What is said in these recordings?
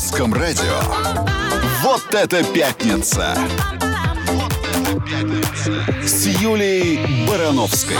русском радио. Вот это пятница! Вот это пятница! С Юлией Барановской.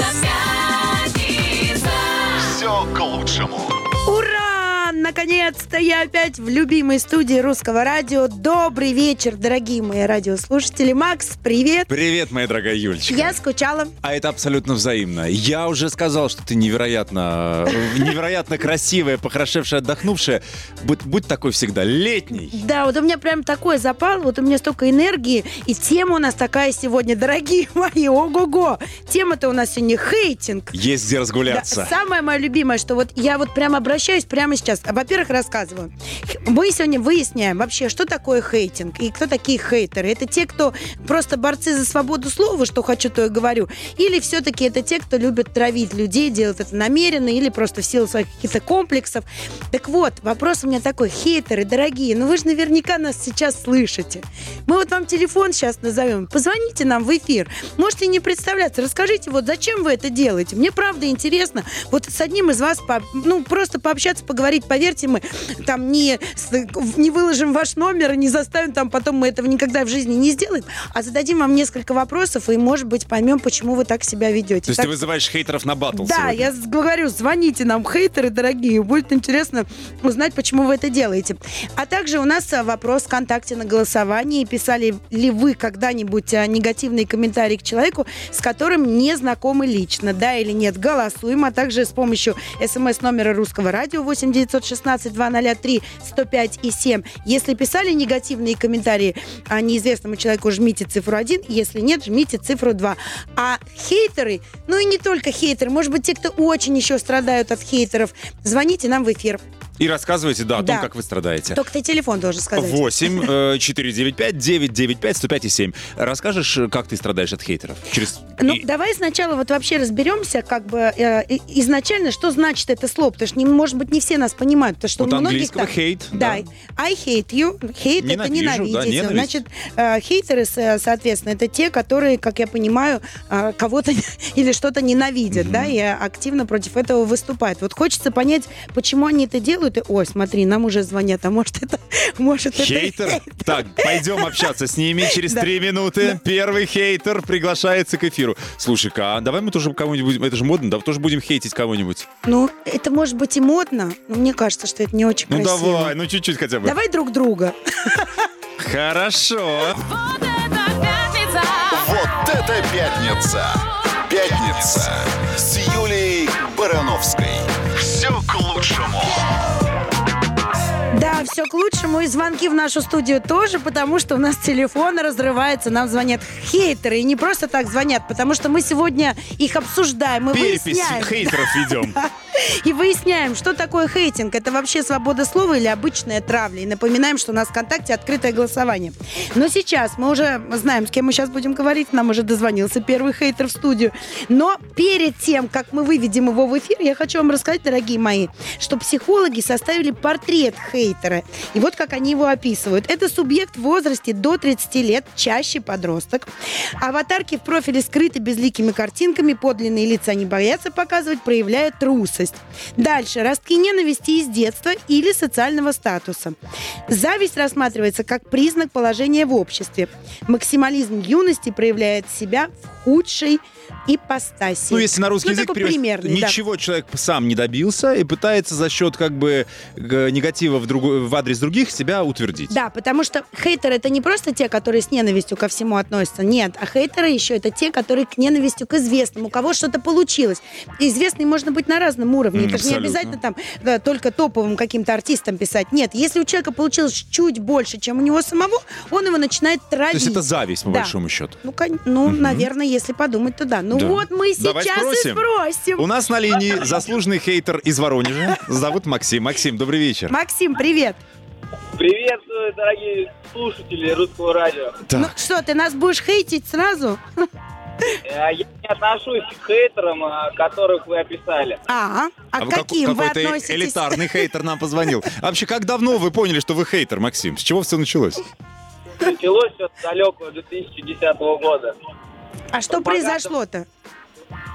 Все к лучшему. Ура! Наконец-то я опять в любимой студии Русского радио. Добрый вечер, дорогие мои радиослушатели. Макс, привет. Привет, моя дорогая Юлечка. Я скучала. А это абсолютно взаимно. Я уже сказал, что ты невероятно красивая, похорошевшая, отдохнувшая. Будь такой всегда, летний. Да, вот у меня прям такой запал, вот у меня столько энергии. И тема у нас такая сегодня, дорогие мои, ого-го. Тема-то у нас сегодня хейтинг. Есть где разгуляться. Да, самое мое любимое, что вот я вот прям обращаюсь прямо сейчас. Во-первых, рассказываю. Мы сегодня выясняем вообще, что такое хейтинг и кто такие хейтеры. Это те, кто просто борцы за свободу слова, что хочу, то и говорю. Или все-таки это те, кто любит травить людей, делают это намеренно или просто в силу своих каких-то комплексов. Так вот, вопрос у меня такой. Хейтеры, дорогие, ну вы же наверняка нас сейчас слышите. Мы вот вам телефон сейчас назовем. Позвоните нам в эфир. Можете не представляться. Расскажите, вот зачем вы это делаете. Мне правда интересно вот с одним из вас просто пообщаться, поговорить. Поверьте, мы там не выложим ваш номер, не заставим там, потом мы этого никогда в жизни не сделаем, а зададим вам несколько вопросов и, может быть, поймем, почему вы так себя ведете. То есть ты вызываешь хейтеров на баттл Да, сегодня? я говорю, звоните нам, хейтеры дорогие, будет интересно узнать, почему вы это делаете. А также у нас вопрос ВКонтакте на голосовании. Писали ли вы когда-нибудь негативные комментарии к человеку, с которым не знакомы лично? Да или нет? Голосуем, а также с помощью СМС-номера Русского радио 8-916-203-105-7. Если писали негативные комментарии неизвестному человеку, жмите цифру 1. Если нет, жмите цифру 2. А хейтеры, ну и не только хейтеры, может быть, те, кто очень еще страдают от хейтеров, звоните нам в эфир. И рассказывайте, о том, как вы страдаете. Только ты телефон должен сказать. 8-495-995-105-7. Расскажешь, как ты страдаешь от хейтеров? Давай сначала вот вообще разберемся, как бы изначально, что значит это слово, потому что, может быть, не все нас понимают, потому что от у многих английского hate, да. I hate you. Hate — это ненавидеть. Да, значит, хейтеры, соответственно, это те, которые, как я понимаю, кого-то или что-то ненавидят, да, и активно против этого выступают. Вот хочется понять, почему они это делают. Ой, смотри, нам уже звонят, а может это хейтер? Так, пойдем общаться с ними через 3 минуты. Первый хейтер приглашается к эфиру. Слушай-ка, а давай мы тоже кого-нибудь будем, это же модно, да, тоже будем хейтить кого-нибудь. Ну, это может быть и модно, но мне кажется, что это не очень красиво. Ну давай, чуть-чуть хотя бы. Давай друг друга. Хорошо. Вот это пятница! Пятница с Юлией Барановской. Все к лучшему. Да, все к лучшему. И звонки в нашу студию тоже, потому что у нас телефон разрывается. Нам звонят хейтеры. И не просто так звонят, потому что мы сегодня их обсуждаем. Мы выясняем. Хейтеров ведем. И выясняем, что такое хейтинг. Это вообще свобода слова или обычная травля. И напоминаем, что у нас ВКонтакте открытое голосование. Но сейчас мы уже знаем, с кем мы сейчас будем говорить. Нам уже дозвонился первый хейтер в студию. Но перед тем, как мы выведем его в эфир, я хочу вам рассказать, дорогие мои, что психологи составили портрет хейтера. И вот как они его описывают. Это субъект в возрасте до 30 лет, чаще подросток. Аватарки в профиле скрыты безликими картинками, подлинные лица не боятся показывать, проявляют трусость. Дальше. Ростки ненависти из детства или социального статуса. Зависть рассматривается как признак положения в обществе. Максимализм юности проявляет себя в худшей ипостаси. Ну, если на русский язык примерный, ничего человек сам не добился и пытается за счет негатива в адрес других себя утвердить. Да, потому что хейтеры — это не просто те, которые с ненавистью ко всему относятся. Нет, а хейтеры еще это те, которые к ненавистью к известному, у кого что-то получилось. Известный можно быть на разном уровне. Это же не обязательно там только топовым каким-то артистам писать. Нет, если у человека получилось чуть больше, чем у него самого, он его начинает травить. То есть это зависть, по большому счету. Наверное, если подумать, то да. Вот мы сейчас и спросим. У нас на линии заслуженный хейтер из Воронежа. Зовут Максим. Максим, добрый вечер. Максим, привет. Приветствую, дорогие слушатели Русского радио. Так. Ну что, ты нас будешь хейтить сразу? Я не отношусь к хейтерам, которых вы описали. А каким вы относитесь? Какой-то элитарный хейтер нам позвонил. Вообще, как давно вы поняли, что вы хейтер, Максим? С чего все началось? Началось все с далекого 2010 года. А что произошло-то?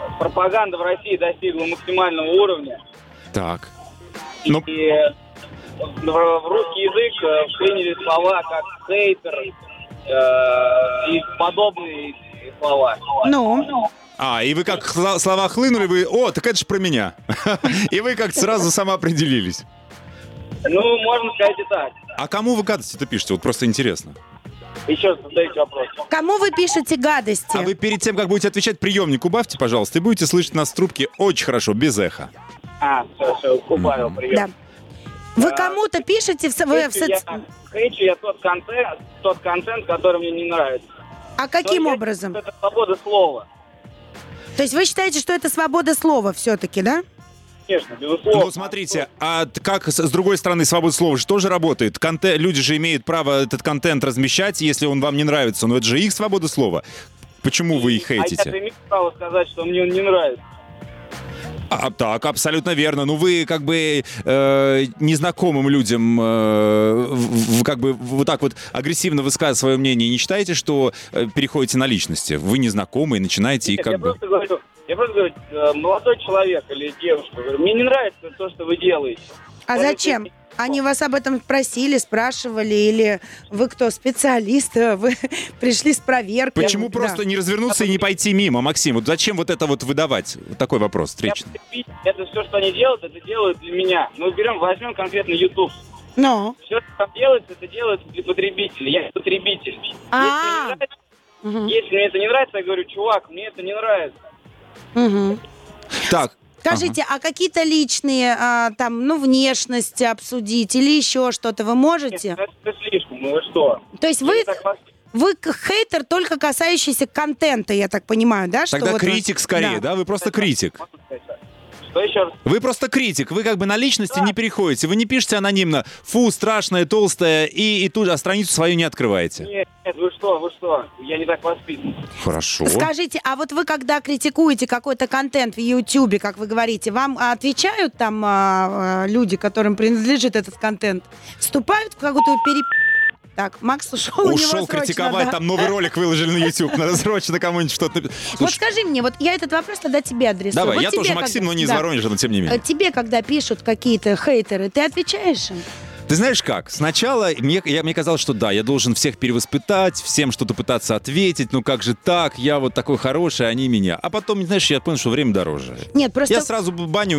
Пропаганда в России достигла максимального уровня. Так. И в русский язык приняли слова как хейтер и подобные слова. Ну, И вы как слова хлынули, вы, так это же про меня. И вы как-то сразу самоопределились. Ну, можно сказать и так. А кому вы гадости-то пишете? Вот просто интересно. Еще раз задайте вопрос. кому вы пишете гадости? А вы перед тем, как будете отвечать, приемник убавьте, пожалуйста, и будете слышать нас в трубке очень хорошо, без эха. Все, убавил, привет. Да. Вы кому-то пишете Хейчу я тот контент, который мне не нравится. А каким Но я образом? считаю, что это свобода слова. То есть вы считаете, что это свобода слова все-таки, да? Конечно, безусловно. Ну, смотрите, а как с другой стороны свобода слова же тоже работает? Люди же имеют право этот контент размещать, если он вам не нравится, но это же их свобода слова. Почему вы их А хейтите? я имею право сказать, что мне он не нравится. Так, абсолютно верно. Ну, вы как бы незнакомым людям как бы вот так вот агрессивно высказывая свое мнение, не считаете, что переходите на личности? Вы незнакомые, начинаете и Нет, как я бы... просто говорю, молодой человек или девушка, говорю, мне не нравится то, что вы делаете. А зачем? Они вас об этом просили, спрашивали, или вы кто, специалист, вы пришли с проверкой? Почему Да. просто не развернуться и не пойти мимо, Максим? Вот зачем вот это вот выдавать? Вот такой вопрос встречный. Это все, что они делают, это делают для меня. Мы возьмем конкретно YouTube. Но. Все, что там делается, это делается для потребителей. Я потребитель. Если мне это не нравится, я говорю, чувак, мне это не нравится. Угу. Так. Скажите, а какие-то личные, внешность обсудить или еще что-то вы можете? Нет, это слишком, ну вы что? То есть вы хейтер, только касающийся контента, я так понимаю, да? Тогда что критик скорее, да? Вы просто критик. Что еще раз? Вы просто критик, вы как бы на личности не переходите, вы не пишете анонимно «фу, страшная, толстая» и тут же страницу свою не открываете. Нет, вы что? Я не так воспитан. Хорошо. Скажите, а вот вы когда критикуете какой-то контент в Ютьюбе, как вы говорите, вам отвечают там люди, которым принадлежит этот контент? Вступают в какую-то Так, Макс ушел, у него Ушел срочно, критиковать, да. там новый ролик выложили на YouTube. Надо срочно кому-нибудь что-то... Вот скажи мне, вот я этот вопрос тогда тебе адресую. Давай, вот я тебе тоже Максим, но не из да. Воронежа, но тем не менее. Тебе, когда пишут какие-то хейтеры, ты отвечаешь им? Ты знаешь как? Сначала мне казалось, что да, я должен всех перевоспитать, всем что-то пытаться ответить, ну как же так, я вот такой хороший, они меня. А потом, знаешь, я понял, что время дороже. Нет, просто... Я сразу баню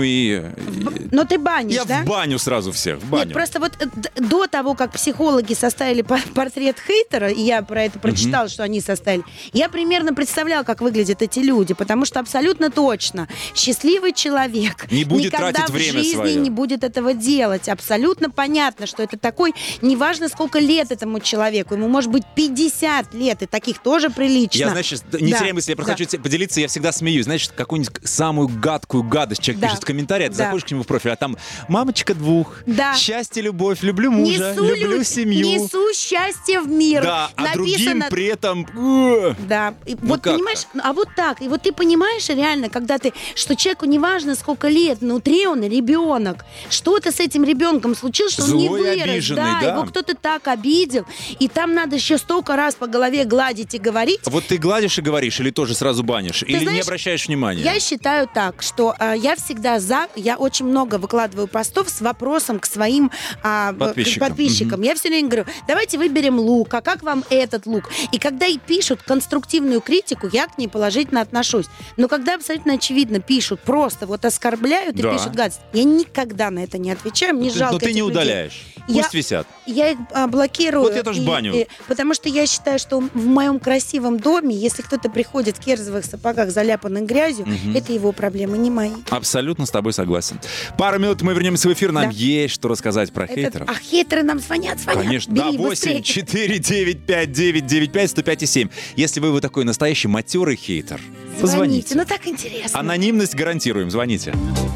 Но ты банишь, я да? в баню сразу всех, в баню. Нет, просто вот до того, как психологи составили портрет хейтера, и я про это прочитала, что они составили, я примерно представляла, как выглядят эти люди, потому что абсолютно точно счастливый человек Не будет никогда тратить время в жизни свое. не будет этого делать. Абсолютно понятно, что это такой, неважно, сколько лет этому человеку, ему может быть 50 лет, и таких тоже прилично. Я, знаешь, не Да, теряй мысли, я просто да. хочу тебе поделиться, я всегда смеюсь. Знаешь, какую-нибудь самую гадкую гадость человек Да. пишет в комментарии, а ты Да. заходишь к нему в профиль, а там «мамочка двух», Да. «счастье, любовь», «люблю мужа», «люблю семью». Несу счастье в мир. Да, а другим Написано... при этом... Да. И Ну вот как-то. понимаешь, а вот так. И вот ты понимаешь реально, когда что человеку не важно, сколько лет, внутри он ребенок. Что-то с этим ребенком случилось, что он не Злой, вырос. обиженный, да, да. его кто-то так обидел. И там надо еще столько раз по голове гладить и говорить. Вот ты гладишь и говоришь, или тоже сразу банишь, или не знаешь, обращаешь внимания? Я считаю так, что я всегда я очень много выкладываю постов с вопросом к своим подписчикам. Я все время говорю, давайте выберем лук, а как вам этот лук? И когда и пишут конструктивную критику, я к ней положительно отношусь. Но когда абсолютно очевидно пишут, просто вот оскорбляют и Да. пишут гадость, я никогда на это не отвечаю, мне жалко Но ты этих не людей. удаляешь. Я- Пусть висят. Я их блокирую. Вот я тоже баню. Потому что я считаю, что в моем красивом доме, если кто-то приходит в керзовых сапогах, заляпанных грязью, это его проблемы, не мои. Абсолютно с тобой согласен. Пару минут мы вернемся в эфир, нам Да. есть что рассказать про хейтеров. А хейтеры нам звонят. Конечно, да, Бери 8 быстрее. 4 9 5 9 9 5 105 7. Если вы такой настоящий матерый хейтер, Звоните. позвоните. Ну так интересно. Анонимность гарантируем, звоните.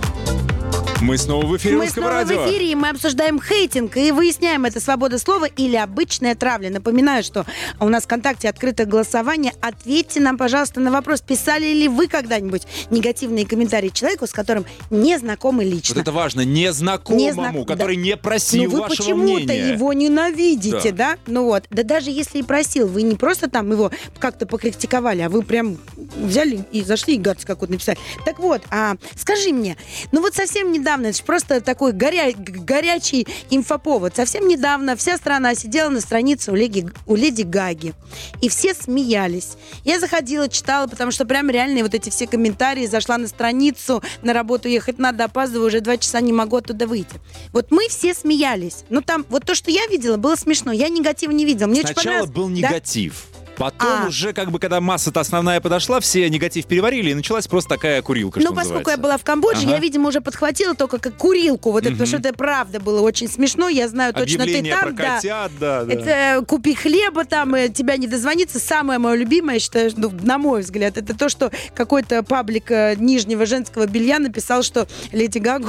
Мы снова в эфире Мы Русского снова радио. в эфире, и мы обсуждаем хейтинг и выясняем, это свобода слова или обычная травля. Напоминаю, что у нас в ВКонтакте открытое голосование. Ответьте нам, пожалуйста, на вопрос, писали ли вы когда-нибудь негативные комментарии человеку, с которым не знакомы лично. Вот это важно, незнакомому, который не просил Ну вы вашего почему-то мнения. его ненавидите, Да. да? Ну вот. Да даже если и просил, вы не просто там его как-то покритиковали, а вы прям взяли и зашли и гадость какую-то написали. Так вот, скажи мне, ну вот совсем недавно недавно, это же просто такой горячий инфоповод. Совсем недавно вся страна сидела на странице у Леди Гаги. И все смеялись. Я заходила, читала, потому что прям реально вот эти все комментарии, зашла на страницу, на работу ехать надо, опаздываю, уже 2 часа не могу оттуда выйти. Вот мы все смеялись. Ну там, вот то, что я видела, было смешно. Я негатива не видела. Мне очень Сначала понравилось. был негатив. Потом уже, как бы, когда масса-то основная подошла, все негатив переварили, и началась просто такая курилка, что Ну, поскольку называется. я была в Камбодже, Ага. я, видимо, уже подхватила только как курилку. Вот это, потому что это правда было очень смешно. Я знаю, точно ты Объявления там, про да. котят, да. Это купи хлеба там, тебя не дозвониться. Самое мое любимое, я считаю, ну, на мой взгляд, это то, что какой-то паблик нижнего женского белья написал, что Леди Гага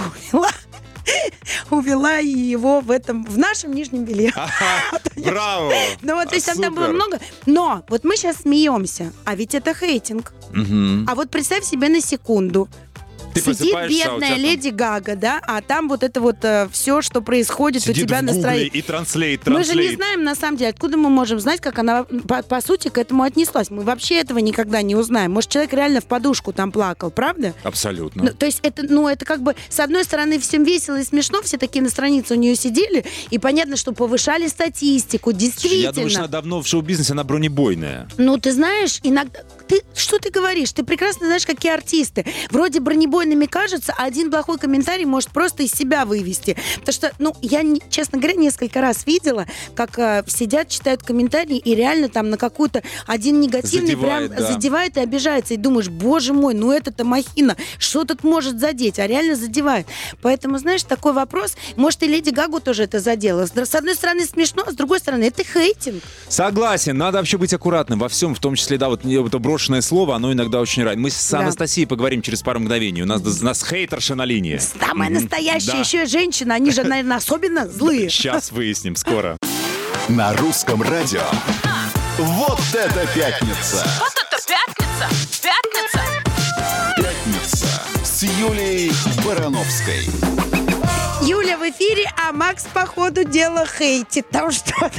увела его в нашем нижнем белье. Браво! Ну вот, то есть там Супер. было много. Но вот мы сейчас смеемся, а ведь это хейтинг. Мгм. А вот представь себе на секунду. Ты Сидит просыпаешься, а у тебя бедная там- Леди Гага, да, а там вот это вот все, что происходит Сидит у тебя в на Гугле странице. и транслейт. Мы же не знаем, на самом деле, откуда мы можем знать, как она, по сути, к этому отнеслась. Мы вообще этого никогда не узнаем. Может, человек реально в подушку там плакал, правда? Абсолютно. Ну, то есть это как бы, с одной стороны, всем весело и смешно, все такие на странице у нее сидели, и понятно, что повышали статистику, действительно. Я думаю, что она давно в шоу-бизнесе, она бронебойная. Ну, ты знаешь, иногда... Что ты говоришь? Ты прекрасно знаешь, какие артисты. Вроде бронебойными кажутся, а один плохой комментарий может просто из себя вывести. Потому что, я, честно говоря, несколько раз видела, как сидят, читают комментарии, и реально там на какую-то один негативный Задевает, прям да. задевает и обижается. И думаешь, боже мой, ну это-то махина. Что тут может задеть? А реально задевает. Поэтому, знаешь, такой вопрос. Может, и Леди Гагу тоже это задело. С одной стороны смешно, а с другой стороны это хейтинг. Согласен, надо вообще быть аккуратным во всем, в том числе, да, вот это брошенное слово, оно иногда очень ранит. Мы с Да. Анастасией поговорим через пару мгновений. У нас хейтерша на линии. Самая настоящая, Да. еще и женщина. Они же, наверное, особенно злые. Сейчас выясним, скоро. На русском радио. Вот это пятница! Вот это пятница! Пятница! Пятница с Юлией Барановской. Юля в эфире, а Макс, по ходу дела, хейтит. Там что-то.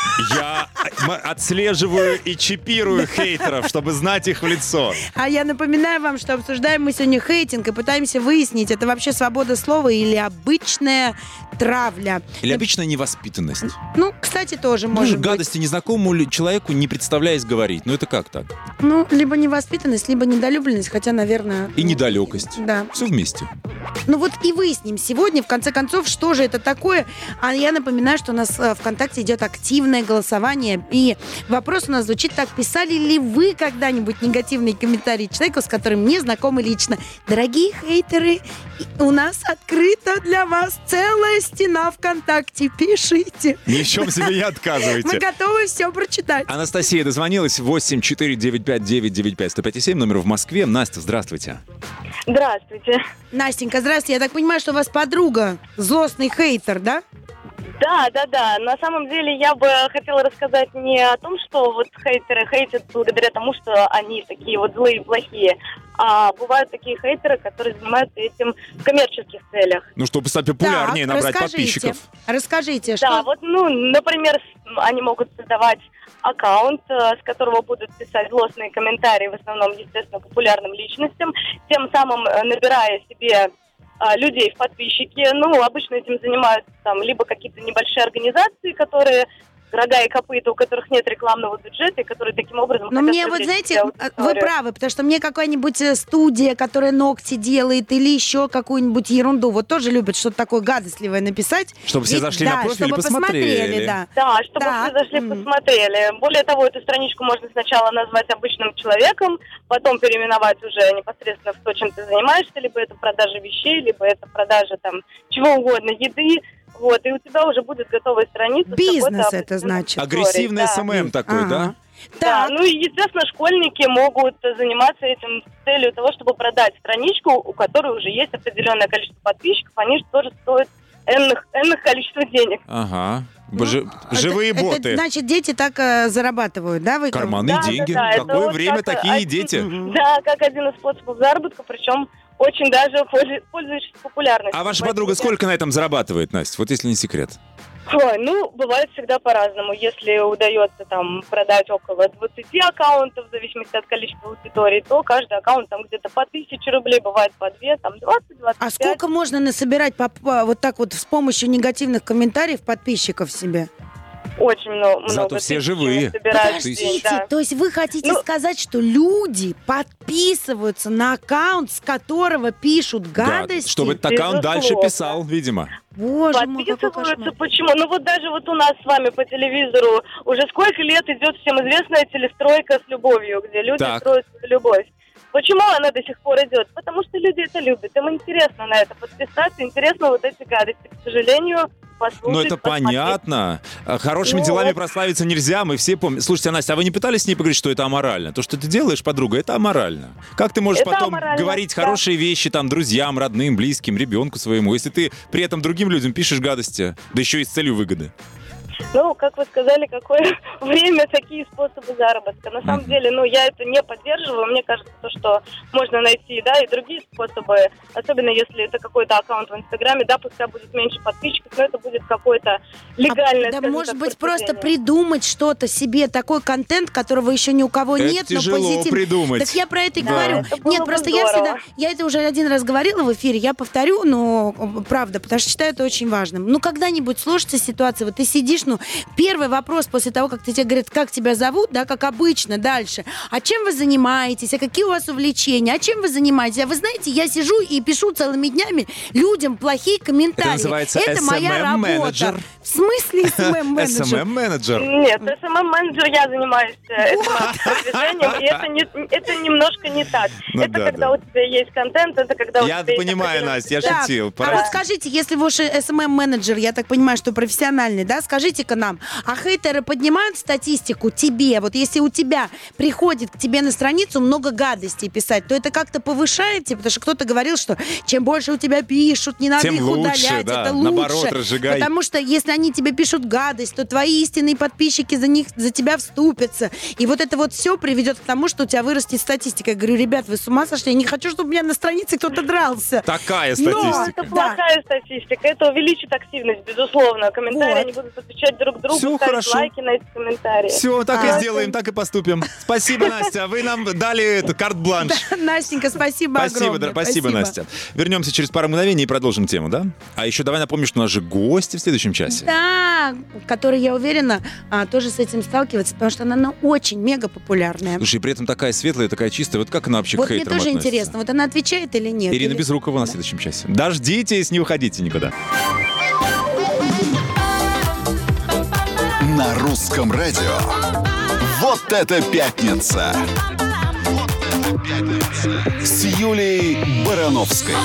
Я отслеживаю и чипирую хейтеров, чтобы знать их в лицо. А я напоминаю вам, что обсуждаем мы сегодня хейтинг и пытаемся выяснить, это вообще свобода слова или обычная травля. Или обычная невоспитанность. Ну, кстати, тоже Ну, может быть. гадости незнакомому человеку, не представляясь, говорить. Ну, это как так? Ну, либо невоспитанность, либо недолюбленность, хотя, наверное... И недалекость. Да. Все вместе. Ну вот и выясним сегодня, в конце концов, что же это такое. А я напоминаю, что у нас ВКонтакте идет активное голосование. И вопрос у нас звучит так. Писали ли вы когда-нибудь негативные комментарии человеку, с которым не знакомы лично? Дорогие хейтеры, у нас открыта для вас целая стена ВКонтакте. Пишите. Ни в чем себе не Мы отказывайте. готовы все прочитать. Анастасия дозвонилась. 8495-995-105,7. Номер в Москве. Настя, здравствуйте. Здравствуйте. Настенька, здравствуйте. Я так понимаю, что у вас подруга злостный хейтер, да? Да. На самом деле я бы хотела рассказать не о том, что вот хейтеры хейтят благодаря тому, что они такие вот злые и плохие, а бывают такие хейтеры, которые занимаются этим в коммерческих целях. Ну, чтобы стать популярнее, Так, набрать расскажите. подписчиков. Расскажите, Да, что... вот, например, они могут создавать аккаунт, с которого будут писать злостные комментарии, в основном, естественно, популярным личностям, тем самым набирая себе людей в подписчики. Ну, обычно этим занимаются там либо какие-то небольшие организации, которые рога и копыта, у которых нет рекламного бюджета, и которые таким образом... Но хотят мне вот, привлечь знаете, себе вы аудиторию. правы, потому что мне какая-нибудь студия, которая ногти делает, или еще какую-нибудь ерунду, вот тоже любят что-то такое гадостливое написать. Чтобы все зашли на профиль и чтобы посмотрели. да. Да, чтобы Так. все зашли, Мгм. посмотрели. Более того, эту страничку можно сначала назвать обычным человеком, потом переименовать уже непосредственно в то, чем ты занимаешься, либо это продажа вещей, либо это продажа там чего угодно, еды. Вот, и у тебя уже будет готовая страница. с Бизнес какой-то это определенной значит. историей, Агрессивный да. СММ такой, Ага. да? Да, Так, ну и, естественно, школьники могут заниматься этим с целью того, чтобы продать страничку, у которой уже есть определенное количество подписчиков, они же тоже стоят энных количество денег. Ага. Ну, Живые это, боты. Это значит, дети так зарабатывают, да? Вы Карманные Да, деньги. да, это Какое вот время, как такие и один- дети. Да, как один из способов заработка, причем очень даже пользующийся популярностью. А ваша Поэтому подруга я- сколько на этом зарабатывает, Настя? Вот если не секрет. Ой, ну, бывает всегда по-разному. Если удается там продать около 20 аккаунтов, в зависимости от количества аудитории, то каждый аккаунт там где-то по 1000 рублей, бывает по 2, там 20-25. А сколько можно насобирать вот так вот с помощью негативных комментариев подписчиков себе? Очень много. Зато все живые. Подождите, то есть вы хотите сказать, что люди подписываются на аккаунт, с которого пишут гадости? Да, чтобы этот аккаунт дальше писал, видимо. Боже мой, какой Подписываются, кошмар. почему? Ну вот даже вот у нас с вами по телевизору уже сколько лет идет всем известная телестройка с любовью, где люди строят свою любовь. Почему она до сих пор идет? Потому что люди это любят. Им интересно на это подписаться, интересно вот эти гадости. К сожалению, послушать. Ну, это понятно. Хорошими делами прославиться нельзя, мы все помним. Слушайте, Настя, а вы не пытались с ней поговорить, что это аморально? То, что ты делаешь, подруга, это аморально. Как ты можешь Это потом аморально, говорить хорошие вещи там друзьям, родным, близким, ребенку своему, если ты при этом другим людям пишешь гадости, да еще и с целью выгоды? Ну, как вы сказали, какое время, такие способы заработка. На самом деле, ну, я это не поддерживаю. Мне кажется, что можно найти, да, и другие способы. Особенно если это какой-то аккаунт в Инстаграме, да, пускай будет меньше подписчиков, но это будет какое-то легальное, Да, скажем может так, быть, просто преступление. придумать что-то себе, такой контент, которого еще ни у кого Это нет, но тяжело позитивный. придумать. Так я про это и Да. говорю. Это было Нет, бы просто я здорово. всегда, я это уже один раз говорила в эфире, я повторю, но правда, потому что считаю это очень важным. Ну, когда-нибудь сложится ситуация, вот ты сидишь, ну, первый вопрос после того, как тебе говорят, как тебя зовут, да, как обычно, дальше. А чем вы занимаетесь? А какие у вас увлечения? А чем вы занимаетесь? А вы знаете, я сижу и пишу целыми днями людям плохие комментарии. Это называется Это моя SMM-менеджер. работа. В смысле SMM-менеджер? SMM-менеджер. Нет, SMM-менеджер, я занимаюсь продвижением, и это немножко не так. Ну это да, когда да. у тебя есть контент, это когда у Я тебя есть понимаю, определенный- Настя, я Так, шутил. а вот скажите, если вы уж SMM-менеджер, я так понимаю, что профессиональный, да, скажите-ка нам, а хейтеры поднимают статистику тебе? Вот если у тебя приходит к тебе на страницу много гадостей писать, то это как-то повышаете? Потому что кто-то говорил, что чем больше у тебя пишут, не надо Тем их лучше, удалять, да, это лучше. наоборот, разжигай. Потому что если они тебе пишут гадость, то твои истинные подписчики за тебя вступятся. И вот это вот все приведет к тому, что у тебя вырастет статистика. Я говорю, ребят, вы с ума сошли? Я не хочу, чтобы у меня на странице кто-то дрался. Такая Но- статистика. Это плохая статистика, это увеличит активность, безусловно. Комментарии, Вот. они будут отвечать друг другу, Всё ставить хорошо. лайки на эти комментарии. Все, так и А, сделаем, так и поступим. Спасибо, Настя. Вы нам дали карт-бланш. Настенька, спасибо огромное. Спасибо, Настя. Вернемся через пару мгновений и продолжим тему, да? А еще давай напомню, что у нас же гости в следующем часе. Да, который, я уверена, тоже с этим сталкивается, потому что она очень мега популярная. Слушай, и при этом такая светлая, такая чистая. Вот как она вообще Вот к мне хейтерам тоже относится? интересно, вот она отвечает или нет? Ирина Или- Безрукова на следующем часе. Дождитесь, не уходите никуда. На русском радио. Вот это пятница! Вот это пятница! С Юлией Барановской.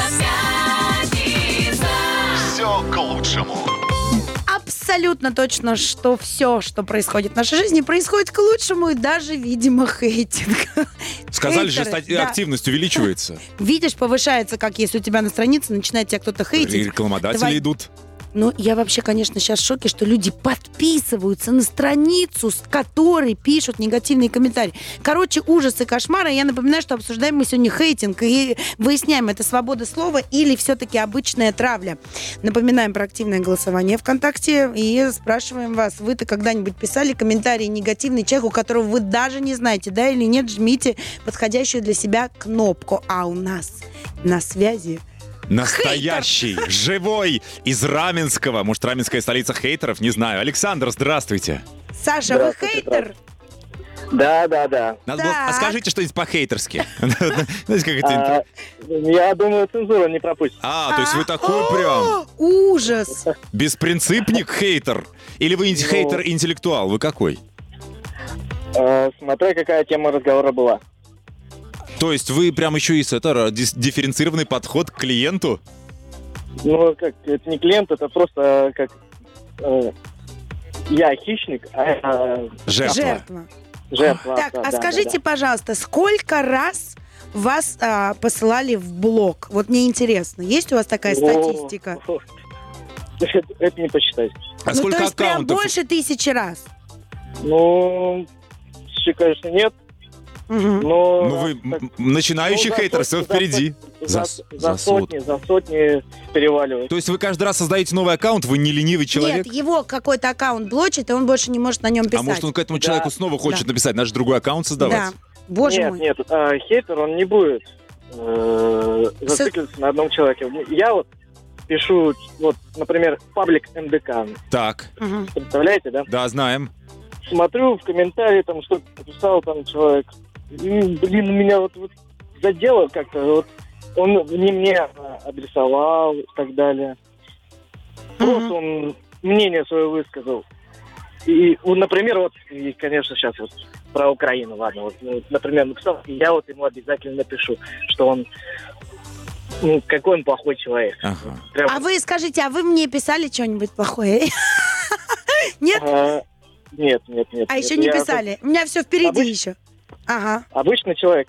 Все к лучшему. Абсолютно точно, что все, что происходит в нашей жизни, происходит к лучшему, и даже, видимо, хейтинг. Сказали же, Хейтеры, да. активность увеличивается. Видишь, повышается, как если у тебя на странице начинает тебя кто-то И хейтить. рекламодатели Давай. идут. Ну, я вообще, конечно, сейчас в шоке, что люди подписываются на страницу, с которой пишут негативные комментарии. Короче, ужас и кошмар. И я напоминаю, что обсуждаем мы сегодня хейтинг и выясняем, это свобода слова или все-таки обычная травля. Напоминаем про активное голосование ВКонтакте и спрашиваем вас, вы-то когда-нибудь писали комментарии негативный человеку, которого вы даже не знаете, да или нет, жмите подходящую для себя кнопку. А у нас на связи Настоящий, живой, из Раменского. Может, Раменская столица хейтеров? Не знаю. Александр, здравствуйте. Саша, вы хейтер? Да. Надо было... А Так. скажите что-нибудь по-хейтерски. Знаете, как это... Я думаю, цензура не пропустит. То есть вы такой прям О, ужас! беспринципник хейтер? Или вы хейтер-интеллектуал? Вы какой? Смотря какая тема разговора была. То есть вы прям еще и дифференцированный подход к клиенту? Ну, как, это не клиент, это просто как... я хищник, а это Жертва. жертва. Так, да, а да, скажите, пожалуйста, сколько раз вас посылали в блог? Вот мне интересно, есть у вас такая да. статистика? Это не посчитать. А Ну, сколько то есть прям аккаунтов? больше 1000 раз? Ну, конечно, нет. Но... Ну вы начинающий хейтер, все впереди. За сотни переваливает. То есть вы каждый раз создаете новый аккаунт, вы не ленивый человек? Нет, его какой-то аккаунт блочит, и он больше не может на нем писать. А может он к этому человеку снова хочет написать, наш другой аккаунт создавать? Да. Боже мой. Нет, хейтер, он не будет зацикливаться на одном человеке. Я вот пишу, вот, например, паблик МДК. Так. Представляете, да? Да, знаем. Смотрю в комментарии, там что-то написал там человек. Блин, меня вот задело как-то. Вот, он не мне адресовал и так далее. Просто он мнение свое высказал. И, например, вот, и, конечно, сейчас вот про Украину, ладно, вот, например, написал, и я вот ему обязательно напишу, что он, какой он плохой человек. Ага. Прям... А вы скажите, а вы мне писали что-нибудь плохое? Нет? Нет. А еще не писали? У меня все впереди еще. Ага. Обычный человек,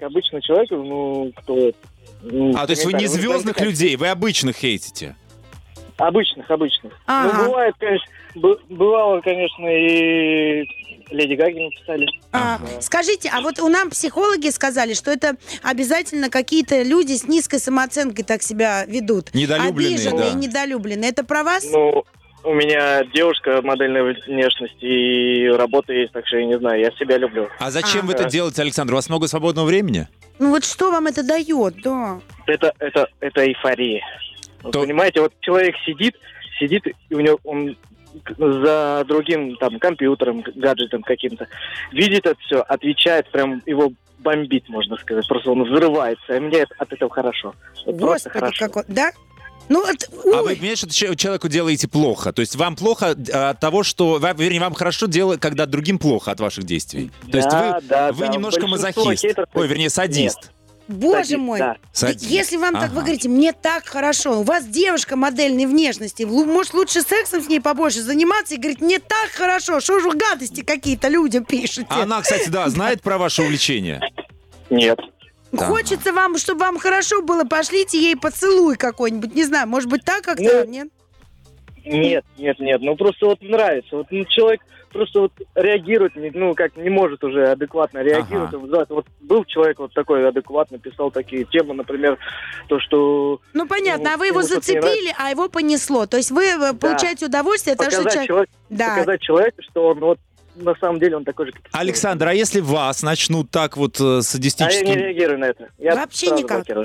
кто... То есть вы не звездных людей, вы обычных хейтите? Обычных. Ага. Ну, бывает, конечно, бывало, конечно, и Леди Гаги написали. Скажите, а вот у нас психологи сказали, что это обязательно какие-то люди с низкой самооценкой так себя ведут. Недолюбленные, обиженные, да. недолюбленные. Это про вас? Ну, у меня девушка модельной внешности и работа есть, так что я не знаю, я себя люблю. А зачем вы это делаете, Александр? У вас много свободного времени? Ну вот что вам это дает, да? Это эйфория. Вот, понимаете, вот человек сидит, и у него он за другим там компьютером, гаджетом каким-то, видит это все, отвечает, прям его бомбит, можно сказать. Просто он взрывается, и мне от этого хорошо. Вот просто Господи, хорошо. какой... Да? Ну, А вы понимаете, что человеку делаете плохо? То есть вам плохо от того, что... Вернее, вам хорошо делать, когда другим плохо от ваших действий. То есть вы немножко мазохист. Ой, вернее, садист. Нет. Боже мой, да. если вам так, вы говорите, мне так хорошо, у вас девушка модельной внешности, может, лучше сексом с ней побольше заниматься и говорить, мне так хорошо, что же гадости какие-то людям пишете? А она, кстати, да, знает про ваше увлечение? Нет. Хочется вам, чтобы вам хорошо было, пошлите ей поцелуй какой-нибудь, не знаю, может быть, так как-то, нет? Нет, ну просто вот нравится. Вот человек просто вот реагирует, не может уже адекватно реагировать. Вот был человек вот такой адекватно, писал такие темы, например, то, что... Ну, понятно, а вы его зацепили, а его понесло. То есть вы получаете удовольствие от того, что человек... Показать человеку, что он вот на самом деле он такой же, как... Александр, а если вас начнут так вот садистически... А я не реагирую на это. Я вообще сразу никак. блокирую.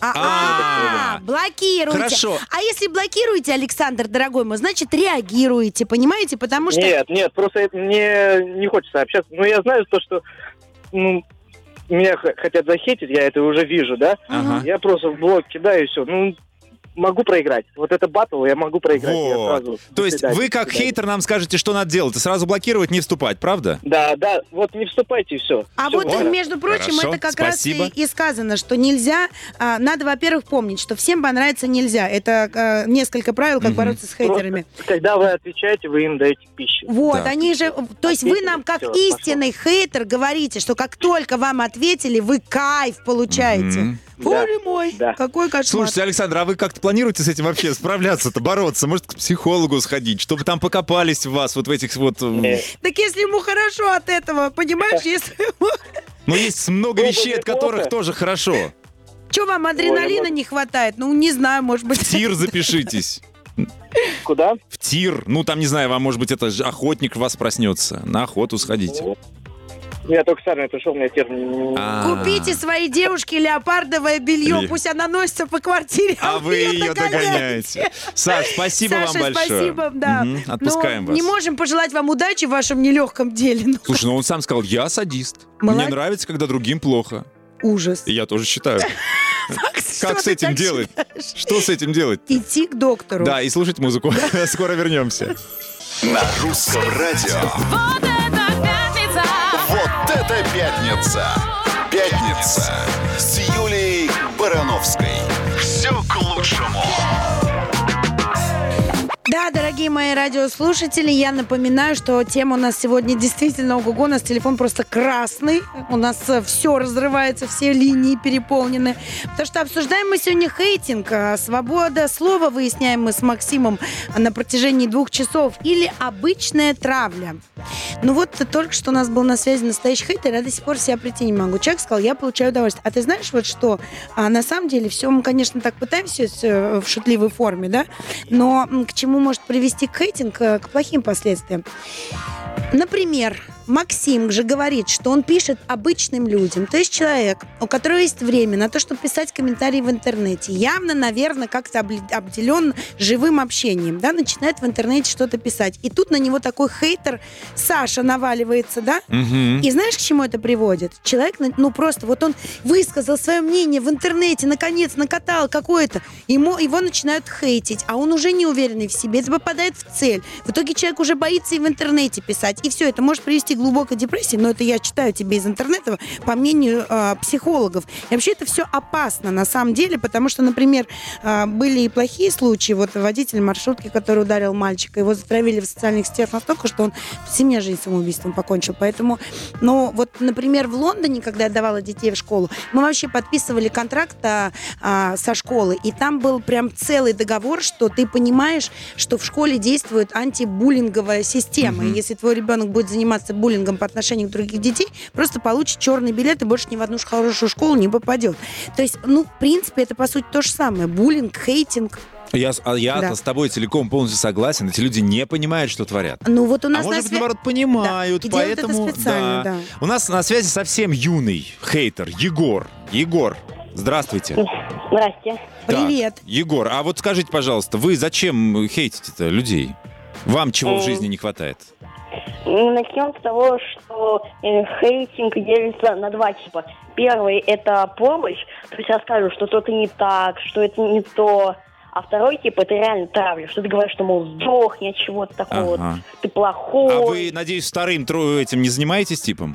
Блокируете. Хорошо. А если блокируете, Александр, дорогой мой, значит, реагируете, понимаете? Потому что... Нет, просто мне не хочется общаться. Но я знаю то, что меня хотят захейтить, я это уже вижу, да? Я просто в блок кидаю и все. Могу проиграть. Вот это баттл я могу проиграть. Вот. Я сразу... То есть вы как хейтер нам скажете, что надо делать? Сразу блокировать, не вступать, правда? Да, вот не вступайте и все. А все, вот, между прочим, Хорошо, это как спасибо. раз и сказано, что нельзя... надо, во-первых, помнить, что всем понравиться нельзя. Это несколько правил, как бороться с хейтерами. Просто, когда вы отвечаете, вы им даете пищу. Вот, Да. они же... То есть вы нам, как Всё, истинный хейтер, говорите, что как только вам ответили, вы кайф получаете. Боже мой, Да. какой кошмар. Слушайте, Александр, а вы как-то планируете с этим вообще справляться-то, бороться? Может, к психологу сходить, чтобы там покопались в вас вот в этих вот... Так если ему хорошо от этого, понимаешь, если ему... Ну, есть много вещей, от которых тоже хорошо. Что вам, адреналина не хватает? Ну, не знаю, может быть... В тир запишитесь. Куда? В тир. Ну, там, не знаю, вам, может быть, это охотник вас проснется. На охоту сходите. Я только с армии пришел, у меня Купите своей девушке леопардовое белье, пусть она носится по квартире, А вы ее догоняете. Саш, спасибо вам большое. спасибо, да. Отпускаем вас. Не можем пожелать вам удачи в вашем нелегком деле. Слушай, ну он сам сказал, я садист. Молодец. Мне нравится, когда другим плохо. Ужас. И я тоже считаю. Как с этим делать? Что с этим делать? Идти к доктору. Да, и слушать музыку. Скоро вернемся. На русском радио. Вот это пятница! Вот это пятница! Пятница с Юлией Барановской. Все к лучшему. Да, дорогие мои радиослушатели, я напоминаю, что тема у нас сегодня действительно ого-го, у нас телефон просто красный, у нас все разрывается, все линии переполнены, потому что обсуждаем мы сегодня хейтинг, свобода слова выясняем мы с Максимом на протяжении 2 часов, или обычная травля. Ну вот только что у нас был на связи настоящий хейтер, я до сих пор себя прийти не могу. Человек сказал, я получаю удовольствие. А ты знаешь вот что? На самом деле все мы, конечно, так пытаемся в шутливой форме, да? Но к чему может привести хейтинг? К плохим последствиям. Например, Максим же говорит, что он пишет обычным людям. То есть человек, у которого есть время на то, чтобы писать комментарии в интернете, явно, наверное, как-то обделен живым общением, да, начинает в интернете что-то писать. И тут на него такой хейтер Саша наваливается, да? Мгм. И знаешь, к чему это приводит? Человек, ну просто вот он высказал свое мнение в интернете, наконец, накатал какое-то, его начинают хейтить, а он уже не уверенный в себе, это попадает в цель. В итоге человек уже боится и в интернете писать. И все, это может привести к глубокой депрессии, но это я читаю тебе из интернета, по мнению психологов. И вообще это все опасно на самом деле, потому что, например, были и плохие случаи. Вот водитель маршрутки, который ударил мальчика, его затравили в социальных сетях настолько, что он в семье жизнь самоубийством покончил. Поэтому, ну, вот, например, в Лондоне, когда я давала детей в школу, мы вообще подписывали контракт со школы, и там был прям целый договор, что ты понимаешь, что в школе действует антибуллинговая система. И если твой ребенок будет заниматься буллингом по отношению к других детей, просто получит черный билет и больше ни в одну хорошую школу не попадет. То есть, ну, в принципе, это, по сути, то же самое. Буллинг, хейтинг. Я Да. с тобой целиком полностью согласен. Эти люди не понимают, что творят. Ну, вот у А нас может быть, наоборот, понимают, Да. И делают это поэтому... специально, да. У нас на связи совсем юный хейтер Егор. Егор, здравствуйте. Здрасте. Привет. Так, Егор, а вот скажите, пожалуйста, вы зачем хейтите-то людей? Вам чего в жизни не хватает? Начнем с того, что хейтинг делится на два типа. Первый – это помощь, то есть я скажу, что что-то не так, что это не то. А второй тип – это реально травля, что ты говоришь, что, мол, сдохни от чего-то такого, Ага. ты плохой. А вы, надеюсь, вторым этим не занимаетесь типом?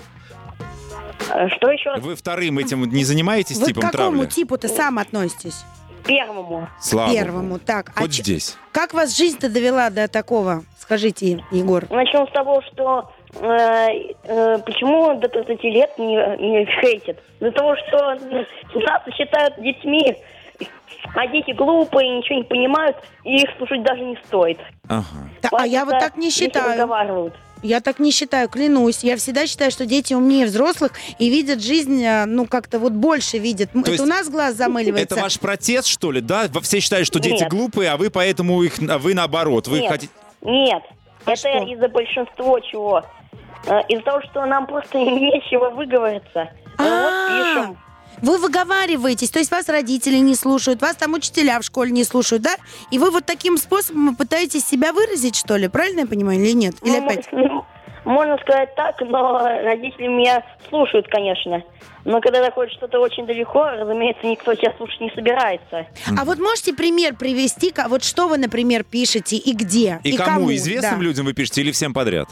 Что еще раз? Вы вторым этим не занимаетесь Вы к типом какому травли? типу-то сам относитесь? Первому. Слава Первому. Богу. Так, Хоть здесь. как вас жизнь-то довела до такого? Скажите, Егор. Начнем с того, что почему до 30 лет не хейтят? Из-за того, что нас считают детьми, а дети глупые, ничего не понимают, и их слушать даже не стоит. Ага. А я вот так не Дети считаю. разговаривают. Я так не считаю, клянусь. Я всегда считаю, что дети умнее взрослых и видят жизнь, ну, как-то вот больше видят. То Это есть у нас глаз замыливается. Это ваш протест, что ли, да? Все считают, что дети Нет. глупые, а вы поэтому вы наоборот. Вы Нет. хотите... Нет, А это что? из-за большинства чего. Из-за того, что нам просто нечего выговориться. Вот пишем. Вы выговариваетесь, то есть вас родители не слушают, вас там учителя в школе не слушают, да? И вы вот таким способом пытаетесь себя выразить, что ли? Правильно я понимаю или нет? Или Ну, опять? можно сказать так, но родители меня слушают, конечно. Но когда заходит что-то очень далеко, разумеется, никто тебя слушать не собирается. А вот можете пример привести? Вот что вы, например, пишете и где? И кому? Известным Да. людям вы пишете или всем подряд?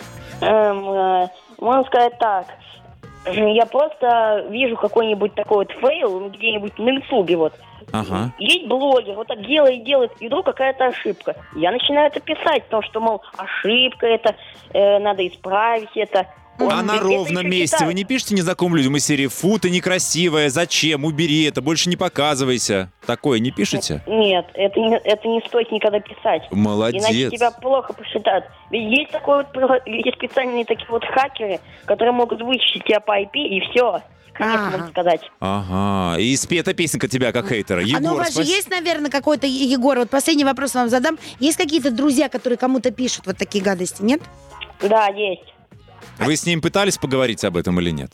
Можно сказать так. Я просто вижу какой-нибудь такой вот фейл где-нибудь на ютубе вот. Ага. Есть блогер, вот так делает, и вдруг какая-то ошибка. Я начинаю это писать, потому что, мол, ошибка это, надо исправить это. А на ровном месте вы не пишете незнакомым людям из серии «Фу, ты некрасивая, зачем, убери это, больше не показывайся». Такое не пишете? Нет, это не стоит никогда писать. Молодец. Иначе тебя плохо посчитают. Ведь есть такой вот, есть специальные такие вот хакеры, которые могут вычислить тебя по IP, и все. Конечно, Ага. можно сказать. Ага. И спета песенка тебя как хейтера. А ну у Егор, вас же есть, наверное, какой-то, Егор, вот последний вопрос вам задам. Есть какие-то друзья, которые кому-то пишут вот такие гадости, нет? Да, есть. Вы с ним пытались поговорить об этом или нет?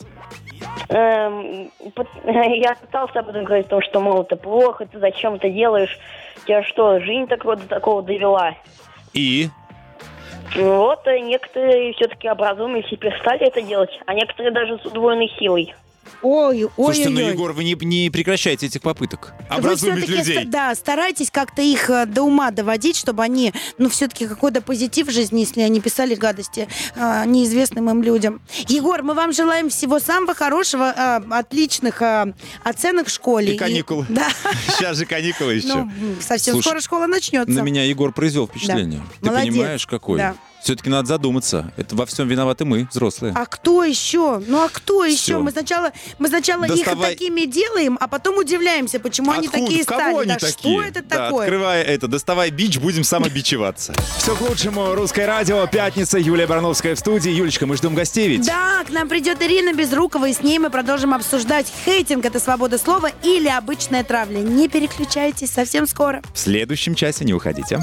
Я пытался об этом говорить, потому что, мол, это плохо, ты зачем это делаешь? Тебя что, жизнь до такого довела? И? Вот, некоторые все-таки образумились и перестали это делать, а некоторые даже с удвоенной силой. Ой, Слушайте, ну, ой-ой-ой. Егор, вы не прекращайте этих попыток Вы образумить все-таки, людей. да, старайтесь как-то их до ума доводить, чтобы они, ну, все-таки какой-то позитив в жизни, если они писали гадости неизвестным им людям. Егор, мы вам желаем всего самого хорошего, отличных оценок в школе. И каникулы. Да. Сейчас же каникулы еще. Ну, совсем Слушай, скоро школа начнется. На меня Егор произвел впечатление. Да. Ты Молодец. понимаешь, какой? Да. Все-таки надо задуматься. Это во всем виноваты мы, взрослые. А кто еще? Ну, а кто еще? Всё. Мы сначала их такими делаем, а потом удивляемся, почему они Откуда? такие В кого стали. они Да такие? что это Да, такое? открывай это, доставай бич, будем самобичеваться. Все к лучшему. Русское радио, пятница, Юлия Барановская в студии. Юлечка, мы ждем гостей ведь. Да, к нам придет Ирина Безрукова, и с ней мы продолжим обсуждать, хейтинг — это свобода слова или обычная травля. Не переключайтесь, совсем скоро. В следующем часе не уходите.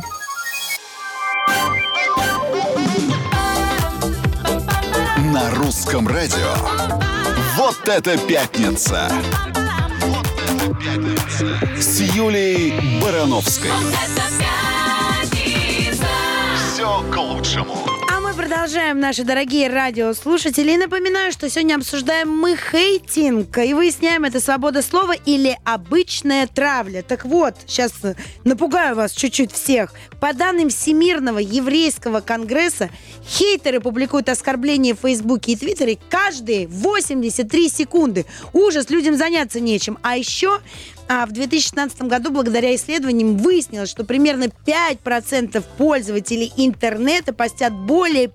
На русском радио. Вот это пятница! Вот это пятница! С Юлией Барановской. Все к лучшему. А мы продолжаем, наши дорогие радиослушатели. И напоминаю, что сегодня обсуждаем мы хейтинг. И выясняем, это свобода слова или обычная травля. Так вот, сейчас напугаю вас чуть-чуть всех. По данным Всемирного еврейского конгресса, хейтеры публикуют оскорбления в Фейсбуке и Твиттере каждые 83 секунды. Ужас, людям заняться нечем. А еще в 2016 году, благодаря исследованиям, выяснилось, что примерно 5% пользователей интернета постят более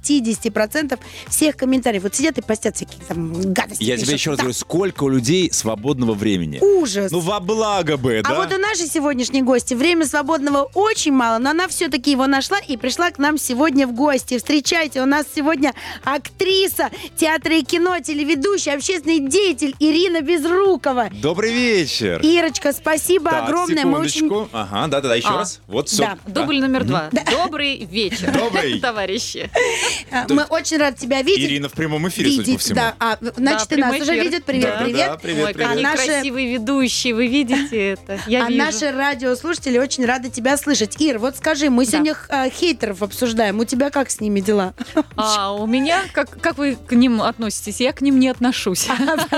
50% всех комментариев. Вот сидят и постят всякие там гадости. Я пишут. тебе еще раз говорю, сколько у людей свободного времени. Ужас. Ну, во благо бы, да? А вот у нашей сегодняшней гости время свободного очень мало, но она все-таки его нашла и пришла к нам сегодня в гости. Встречайте, у нас сегодня актриса театра и кино, телеведущая, общественный деятель Ирина Безрукова. Добрый вечер. Ирочка, спасибо Так, огромное. Мы секундочку. очень... Ага, да-да-да, еще раз. Вот все. Да. Дубль номер 2. Добрый вечер, Добрый. товарищи. Мы очень рады тебя видеть. Ирина в прямом эфире, судя по всему. Да. Значит, и нас прямой уже эфир. видят. Привет, Да, привет. да, привет, Ой, привет. какие наши- красивые ведущие, вы видите это? Я вижу. Наши радиослушатели очень рады тебя слышать. Ир, вот скажи, мы сегодня хейтеров обсуждаем. У тебя как с ними дела? А у меня, как вы к ним относитесь? Я к ним не отношусь.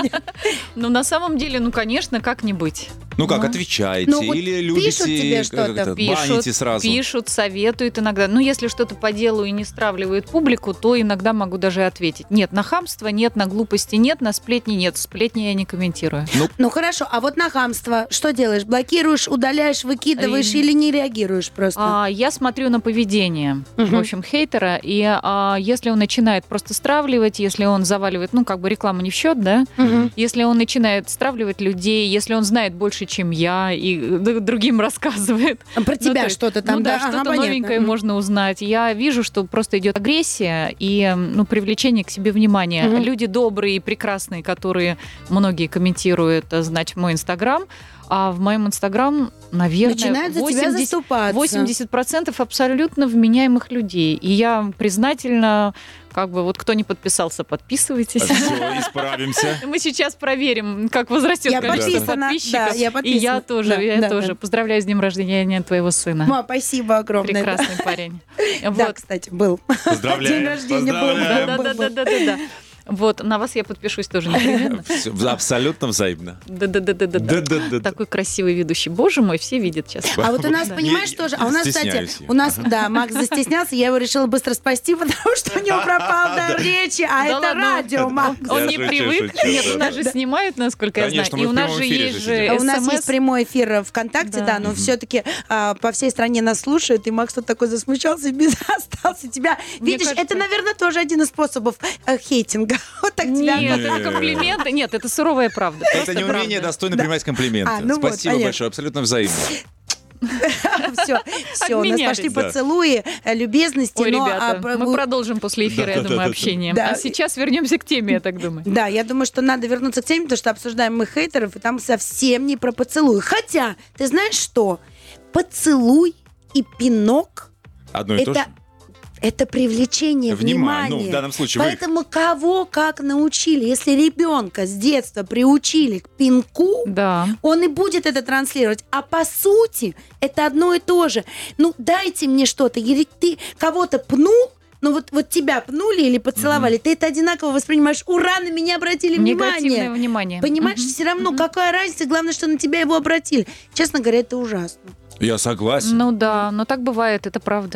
Но на самом деле, ну, конечно, как не быть. Ну как, отвечаете? Ну, вот или любите, пишут тебе что-то? баните сразу? Пишут, советуют иногда. Ну, если что-то по делу и не стравливает публику, то иногда могу даже ответить. Нет, на хамство нет, на глупости нет, на сплетни нет. Сплетни я не комментирую. Ну хорошо, а вот на хамство что делаешь? Блокируешь, удаляешь, выкидываешь или не реагируешь просто? Я смотрю на поведение, в общем, хейтера, и если он начинает просто стравливать, если он заваливает, ну, как бы рекламу не в счет, да, если он начинает стравливать людей, если он знает больше, чем я, и другим рассказывает. Про тебя то есть, что-то там, ну да, Ага, что-то понятно. новенькое можно узнать. Я вижу, что просто идет агрессия и привлечение к себе внимания. Люди добрые и прекрасные, которые многие комментируют, значит, мой Инстаграм, а в моем Инстаграм, наверное, Начинают за тебя заступаться. 80% абсолютно вменяемых людей. И я признательна, как бы, вот кто не подписался, подписывайтесь. Все, исправимся. Мы сейчас проверим, как возрастет Я количество подписана, подписчиков. да, я И подписана. я тоже, Да, да. Поздравляю с днем рождения твоего сына. Спасибо огромное. Прекрасный парень. Да, Вот. кстати, был. Поздравляем. День рождения был. Поздравляем. Да. Вот, на вас я подпишусь тоже непременно. Всё, абсолютно взаимно. Да. Такой красивый ведущий. Боже мой, все видят сейчас. А вот у нас, Да. понимаешь, тоже... А у нас, кстати, Стесняюсь я. Макс застеснялся, я его решила быстро спасти, потому что у него пропал дар речи, а Да это ладно? радио, Макс. Он Я не шучу, привык. шучу, Нет, да. у нас же снимают, насколько я Конечно, знаю. И мы у в нас прямом же эфире есть же же сидим. У нас есть СМС. прямой эфир ВКонтакте, да, но все-таки по всей стране нас слушают, и Макс вот такой засмущался и без остался тебя. Мне Видишь, кажется- это, наверное, тоже один из способов хейтинга. Вот так тебя... Нет, это комплименты. Нет, это суровая правда. Это Просто неумение правда. достойно принимать комплименты. А, ну вот, Спасибо понятно. большое, абсолютно взаимно. Все, у нас Обменялись. пошли Да. поцелуи, любезности. Ой, но, ребята, мы продолжим после эфира, я думаю, общение. Да. А сейчас вернемся к теме, я так думаю. Да, я думаю, что надо вернуться к теме, потому что обсуждаем мы хейтеров, и там совсем не про поцелуй. Хотя, ты знаешь что? Поцелуй и пинок Одно и то же. это привлечение Внимание. внимания. Ну, в данном случае вы. Поэтому кого как научили. Если ребенка с детства приучили к пинку, Да. он и будет это транслировать. А по сути, это одно и то же. Ну, дайте мне что-то. Или ты кого-то пнул, ну вот тебя пнули или поцеловали, ты это одинаково воспринимаешь. Ура, на меня обратили Негативное внимание. внимание. Понимаешь, все равно, какая разница, главное, что на тебя его обратили. Честно говоря, это ужасно. Я согласен. Ну да, но так бывает, это правда.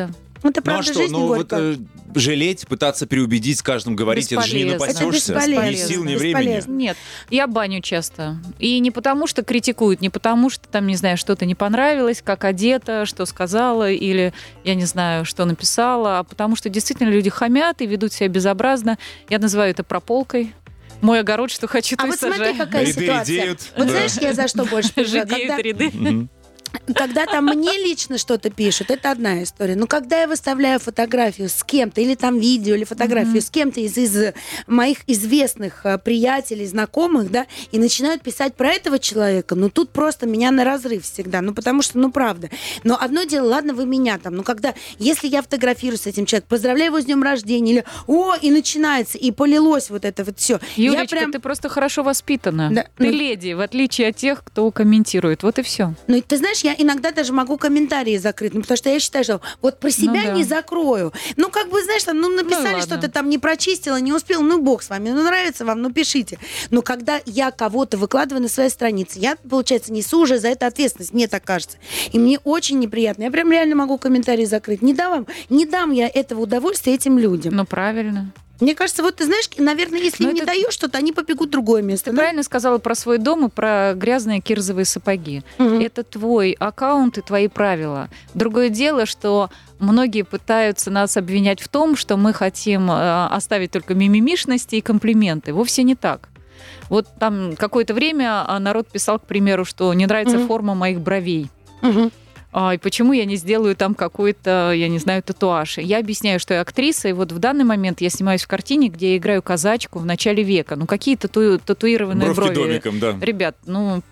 Это Ну а правда что, жизнь ну вот горькая. жалеть, пытаться приубедить, с каждым говорить, это же не Бесполезно. напасешься. Это Ни бесполезно. сил, ни Бесполезно. времени. Нет, я баню часто. И не потому, что критикуют, не потому, что там, не знаю, что-то не понравилось, как одета, что сказала, или, я не знаю, что написала, а потому что действительно люди хамят и ведут себя безобразно. Я называю это прополкой. Мой огород, что хочу, то А и вот смотри, сажаю. какая Ряды ситуация. редеют. Вот Да. знаешь, я за что больше переживаю? Жидеют ряды. Когда там мне лично что-то пишут, это одна история. Но когда я выставляю фотографию с кем-то, или там видео, или фотографию с кем-то из моих известных приятелей, знакомых, да, и начинают писать про этого человека, ну тут просто меня на разрыв всегда. Ну потому что, ну правда. Но одно дело, ладно, вы меня там, но когда, если я фотографирую с этим человеком, поздравляю его с днем рождения, или о, и начинается, и полилось вот это вот все. Юлечка, ты просто хорошо воспитана. Да, Ты ну- леди, в отличие от тех, кто комментирует. Вот и все. Ну, ты знаешь, я иногда даже могу комментарии закрыть, ну, потому что я считаю, что вот про себя да. не закрою. Ну, как бы, знаешь, там, ну, написали ладно. что-то там, не прочистила, не успела, ну, бог с вами, ну, нравится вам, ну, пишите. Но когда я кого-то выкладываю на своей странице, я, получается, несу уже за это ответственность, мне так кажется. И мне очень неприятно. Я прям реально могу комментарии закрыть. Не дам я этого удовольствия этим людям. Ну, правильно. Мне кажется, вот ты знаешь, наверное, если Ну, им не это- даешь что-то, они побегут в другое место. Ты да? правильно сказала про свой дом и про грязные кирзовые сапоги. Мгм. Это твой аккаунт и твои правила. Другое дело, что многие пытаются нас обвинять в том, что мы хотим оставить только мимимишности и комплименты. Вовсе не так. Вот там какое-то время народ писал, к примеру, что не нравится Мгм. форма моих бровей. Мгм. И почему я не сделаю там какой-то, я не знаю, татуаж? Я объясняю, что я актриса, и вот в данный момент я снимаюсь в картине, где я играю казачку в начале века. Ну, какие татуированные Бровки брови? домиком, да. Ребят, ну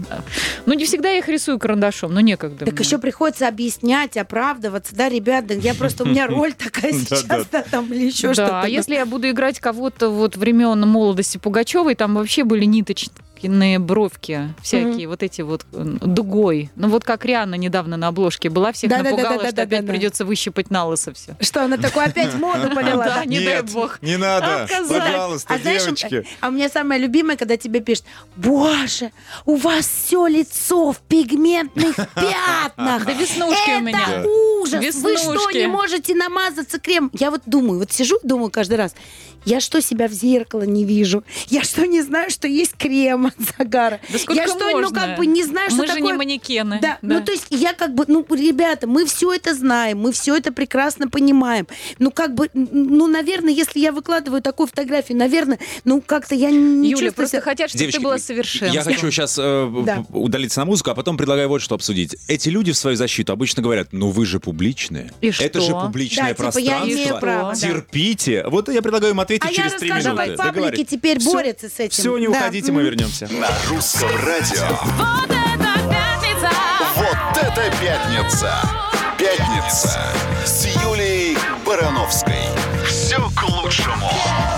не всегда я их рисую карандашом, но некогда. Так мне. еще приходится объяснять, оправдываться, да, ребята, я просто, у меня роль такая сейчас, да, там, или еще Да, что-то. а если я буду играть кого-то вот времен молодости Пугачевой, там вообще были ниточные бровки всякие, вот эти вот дугой. Ну вот как Рианна недавно на обложке была, всех напугала, что опять придется выщипать на лысо все. Что, она такой опять моду полила? Да, да? не дай Нет, бог. не надо. Отказать. Пожалуйста, А знаешь, девочки. а у меня самое любимое, когда тебе пишут: боже, у вас все лицо в пигментных пятнах. Да веснушки у меня. Это ужас. Вы что, Веснушки. не можете намазаться кремом? Я вот думаю, вот сижу и думаю каждый раз, я что, себя в зеркало не вижу? Я что, не знаю, что есть крем от загара? Да сколько Я что, ну можно? как бы не знаю, что Мы же такое... не манекены. Да, ну то есть я как бы, ну, ребята, мы все это знаем, мы все это прекрасно понимаем. Ну как бы, ну, наверное, если я выкладываю такую фотографию, наверное, ну как-то я не Юля, чувствую просто себя... хотят, чтобы Девочки, ты была совершенна. я хочу сейчас Да. удалиться на музыку, а потом предлагаю вот что обсудить. Эти люди в свою защиту обычно говорят: ну вы же публичные. И Это что? же публичное Да, типа, я пространство. имею право, да. Терпите. Вот я предлагаю им ответить А я через 3 расскажу, минуты. как паблики Договорились? теперь Всё- борются с этим. Все, не Да. уходите, мы вернемся. На русском радио. Вот это пятница! Вот это пятница! Пятница с Юлией Барановской. Все к лучшему.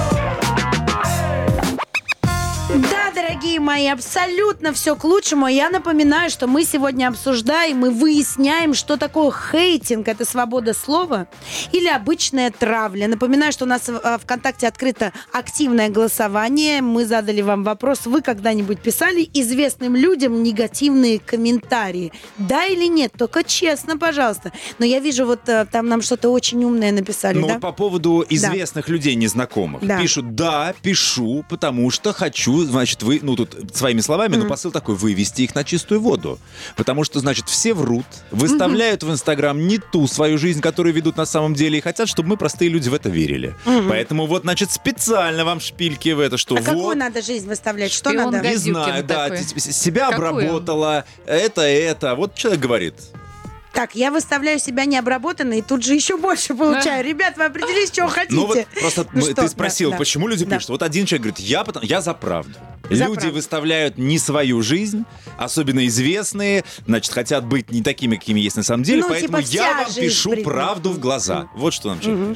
Да, дорогие мои, абсолютно все к лучшему. Я напоминаю, что мы сегодня обсуждаем, мы выясняем, что такое хейтинг. Это свобода слова или обычная травля. Напоминаю, что у нас в ВКонтакте открыто активное голосование. Мы задали вам вопрос: вы когда-нибудь писали известным людям негативные комментарии? Да или нет? Только честно, пожалуйста. Но я вижу, вот там нам что-то очень умное написали, Ну да? вот по поводу известных людей, незнакомых. Да. Пишут: да, пишу, потому что хочу, значит, вы, ну тут своими словами, но посыл такой: вывести их на чистую воду. Потому что, значит, все врут, выставляют в Инстаграм не ту свою жизнь, которую ведут на самом деле, и хотят, чтобы мы, простые люди, в это верили. Поэтому вот, значит, специально вам шпильки в это, что А вот... какую надо жизнь выставлять? Что Шпион надо? Не Гадюкин знаю, да, такой. себя Какую? обработала, это. Вот человек говорит. Так, я выставляю себя необработанной и тут же еще больше получаю. Ребят, вы определись, чего хотите. Ну вот просто Ну что? ты спросил, Да, да. почему люди Да. пишут. Вот один человек говорит: я за правду. За Люди правду. выставляют не свою жизнь, особенно известные, значит, хотят быть не такими, какими есть на самом деле, Ну, поэтому типа, я вся вам жизнь пишу придумана. правду в глаза. Вот что нам человек пишет.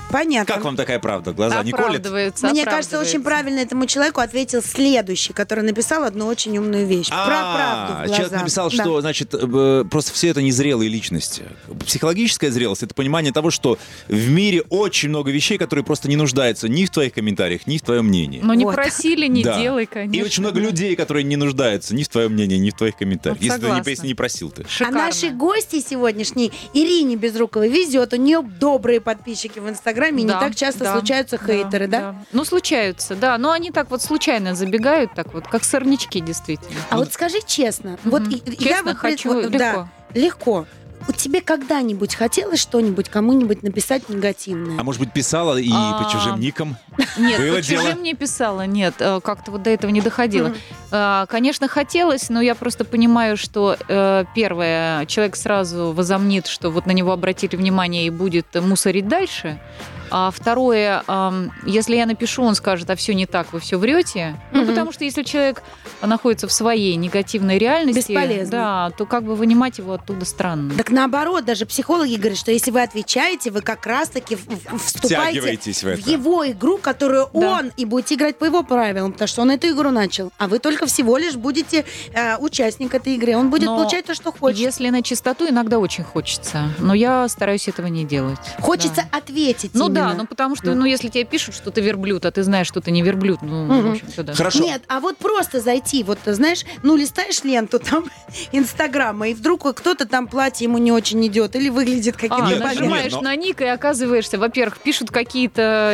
Понятно. Как вам такая правда? Глаза не колет? Оправдывается, Мне кажется, очень правильно этому человеку ответил следующий, который написал одну очень умную вещь. Про правду в глаза. Человек написал, Да. что, значит, просто все это незрелые личности. Психологическая зрелость — это понимание того, что в мире очень много вещей, которые просто не нуждаются ни в твоих комментариях, ни в твоем мнении. Но не Вот. просили, не Да. делай, конечно. И очень много людей, которые не нуждаются ни в твоем мнении, ни в твоих комментариях. Вот Если ты согласна. не просил ты. А Шикарно. нашей гости сегодняшней Ирине Безруковой везет. У нее добрые подписчики в Инстаграме. И не Да, так часто да, случаются хейтеры, да? Ну, случаются, да. Но они так вот случайно забегают, так вот, как сорнячки, действительно. А вот скажи честно. Вот я Честно, вот хочу, вот, да, легко. У тебе когда-нибудь хотелось что-нибудь кому-нибудь написать негативное? А может быть, писала и по чужим никам? Нет, Было по дело? чужим не писала, нет, как-то вот до этого не доходило. Конечно, хотелось, но я просто понимаю, что первое, человек сразу возомнит, что вот на него обратили внимание и будет мусорить дальше. А второе, если я напишу, он скажет, а все не так, вы все врете. Ну, потому что если человек находится в своей негативной реальности, Бесполезно. да, то как бы вынимать его оттуда странно. Так наоборот, даже психологи говорят, что если вы отвечаете, вы как раз-таки вступаете Втягиваетесь в это. в его игру, которую Да. он, и будете играть по его правилам, потому что он эту игру начал. А вы только всего лишь будете участник этой игры. Он будет Но получать то, что хочет. Если на чистоту, иногда очень хочется. Но я стараюсь этого не делать. Хочется Да. ответить Ну именно. да, ну потому что, ну если тебе пишут, что ты верблюд, а ты знаешь, что ты не верблюд, ну, в общем-то, да. Хорошо. Нет, а вот просто зайти, вот ты знаешь, ну листаешь ленту там Инстаграма, и вдруг кто-то там платье ему не очень идет или выглядит каким-то Нет, непонятным. нажимаешь но- на ник и оказываешься, во-первых, пишут какие-то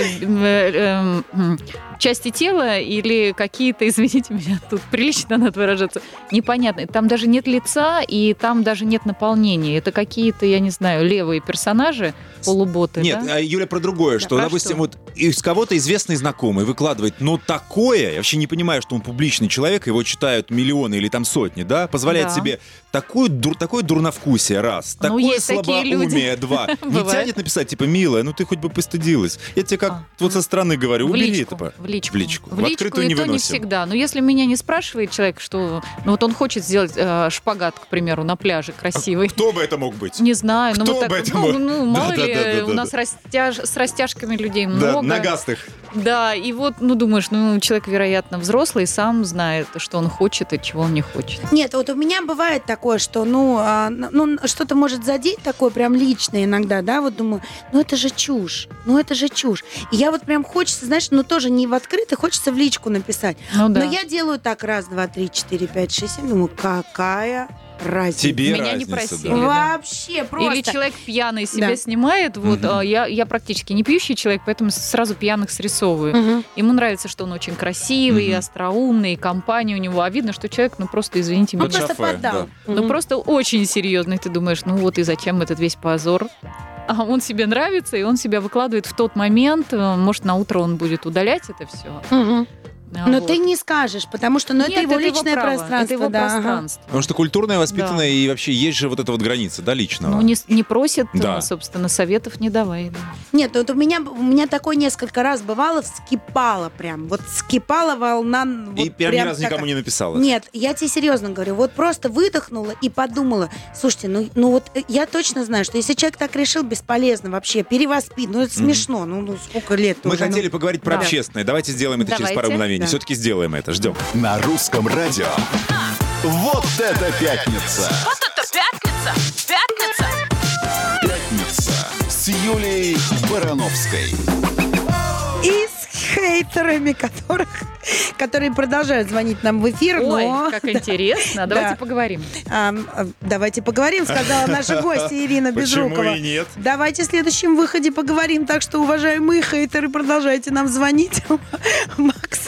части тела или какие-то, извините меня, тут прилично надо выражаться, непонятные. Там даже нет лица и там даже нет наполнения. Это какие-то, я не знаю, левые персонажи, полуботы, Нет, да? а Юля про другое, что, про допустим, что? вот из кого-то известный знакомый выкладывает, но такое, я вообще не понимаю, что он публичный человек, его читают миллионы или там сотни, да, позволяет Да. себе такое дурновкусие, раз, Ну, такое есть такие люди. слабоумие, два. Не Бывает. тянет написать, типа, милая, ну ты хоть бы постыдилась. Я тебе как вот со стороны говорю, В убери личку, это. в личку. В личку. В В личку, открытую и не то не выносим. всегда. Но если меня не спрашивает человек, что... Ну вот он хочет сделать шпагат, к примеру, на пляже красивый. Кто бы это мог быть? Не знаю, ну Кто вот бы так, это мог? мало ли, Да-да-да-да-да. у нас с растяжками людей Да, много. ногастых. Да, и вот, ну, думаешь, ну, человек, вероятно, взрослый, сам знает, что он хочет и чего он не хочет. Нет, вот у меня бывает такое, что, ну, что-то может задеть такое прям личное иногда, да, вот думаю, ну, это же чушь, И я вот прям хочется, знаешь, ну, тоже не в открытый, хочется в личку написать. Ну да. Но я делаю так, 1, 2, 3, 4, 5, 6, 7, думаю, какая разница? Тебе Меня не разница, просили. да. Да. Вообще просто. Или человек пьяный себя Да. снимает. Вот, я практически не пьющий человек, поэтому сразу пьяных срисовываю. Мгм. Ему нравится, что он очень красивый, и остроумный, и компания у него. А видно, что человек, ну просто, извините Он меня, просто шофе, поддал. ну просто очень серьезный. Ты думаешь, ну вот и зачем этот весь позор? А он себе нравится, и он себя выкладывает в тот момент. Может, на утро он будет удалять это все. Мгм. Но ты не скажешь, потому что это его личное право, пространство. Это его да, ага. пространство. Потому что культурное, воспитанное, Да. и вообще есть же вот эта вот граница, да, личного. Ну, не просит, Да. собственно, советов не давай. Да. Нет, вот у меня такое несколько раз бывало, вскипала прям. Вот вскипала волна. И вот прям ни прям разу такая. никому не написала. Нет, я тебе серьезно говорю, вот просто выдохнула и подумала, слушайте, ну вот я точно знаю, что если человек так решил, бесполезно вообще, перевоспит, ну это смешно, ну сколько лет Мы уже, хотели ну. поговорить про Да. общественное. Давайте сделаем это через Давайте. пару мгновений. Да. Все-таки сделаем это. Ждем. На русском радио. Вот это пятница! Вот это пятница! Пятница! Пятница с Юлией Барановской. И с хейтерами, которые продолжают звонить нам в эфир, Ой, но... как интересно. Давайте Да. поговорим. Давайте поговорим, сказала наша гостья Ирина Безрукова. Почему и нет? Давайте в следующем выходе поговорим, так что, уважаемые хейтеры, продолжайте нам звонить. Макс.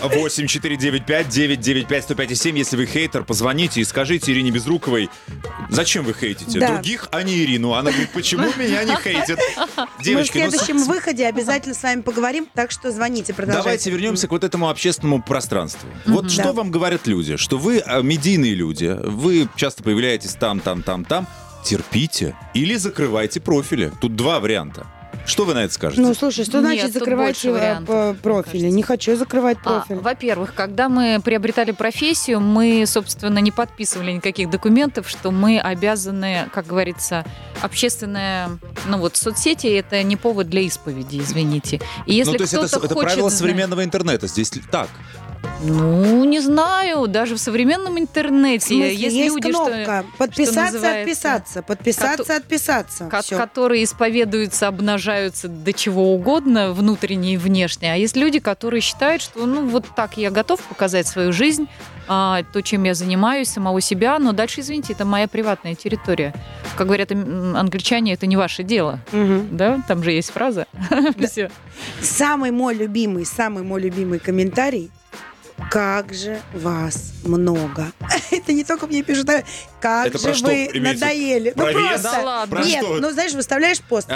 8495-995-105-7. Если вы хейтер, позвоните и скажите Ирине Безруковой, зачем вы хейтите Да. других, а не Ирину. Она говорит, почему меня не хейтят? Мы в Девочки, ну, следующем выходе обязательно с вами поговорим, так что звоните, продолжайте. давайте вернемся к вот этому общественному пространству. Вот что Да. вам говорят люди? Что вы медийные люди, вы часто появляетесь там. Терпите или закрывайте профили. Тут два варианта. Что вы на это скажете? Ну, слушай, что Нет, значит тут закрывать больше вариантов, профили? Не хочу закрывать профиль. Во-первых, когда мы приобретали профессию, мы, собственно, не подписывали никаких документов, что мы обязаны, как говорится, общественная, соцсети — это не повод для исповеди, извините. И если то есть кто-то это хочет правило знать- современного интернета. Здесь так. Не знаю, даже в современном интернете В смысле, есть есть люди, кнопка подписаться, называется, отписаться, подписаться, отписаться. Всё. которые исповедуются, обнажаются до чего угодно, внутренне и внешне. А есть люди, которые считают, что вот так я готов показать свою жизнь, то, чем я занимаюсь, самого себя, но дальше, извините, это моя приватная территория. Как говорят англичане, это не ваше дело. Мгм. Да? Там же есть фраза. Всё. Самый мой любимый комментарий. Как же вас много. Это не только мне пишут, как Это же про что вы имеется? надоели. Про вес? Просто. Да ладно. Про Нет, что? знаешь, выставляешь пост.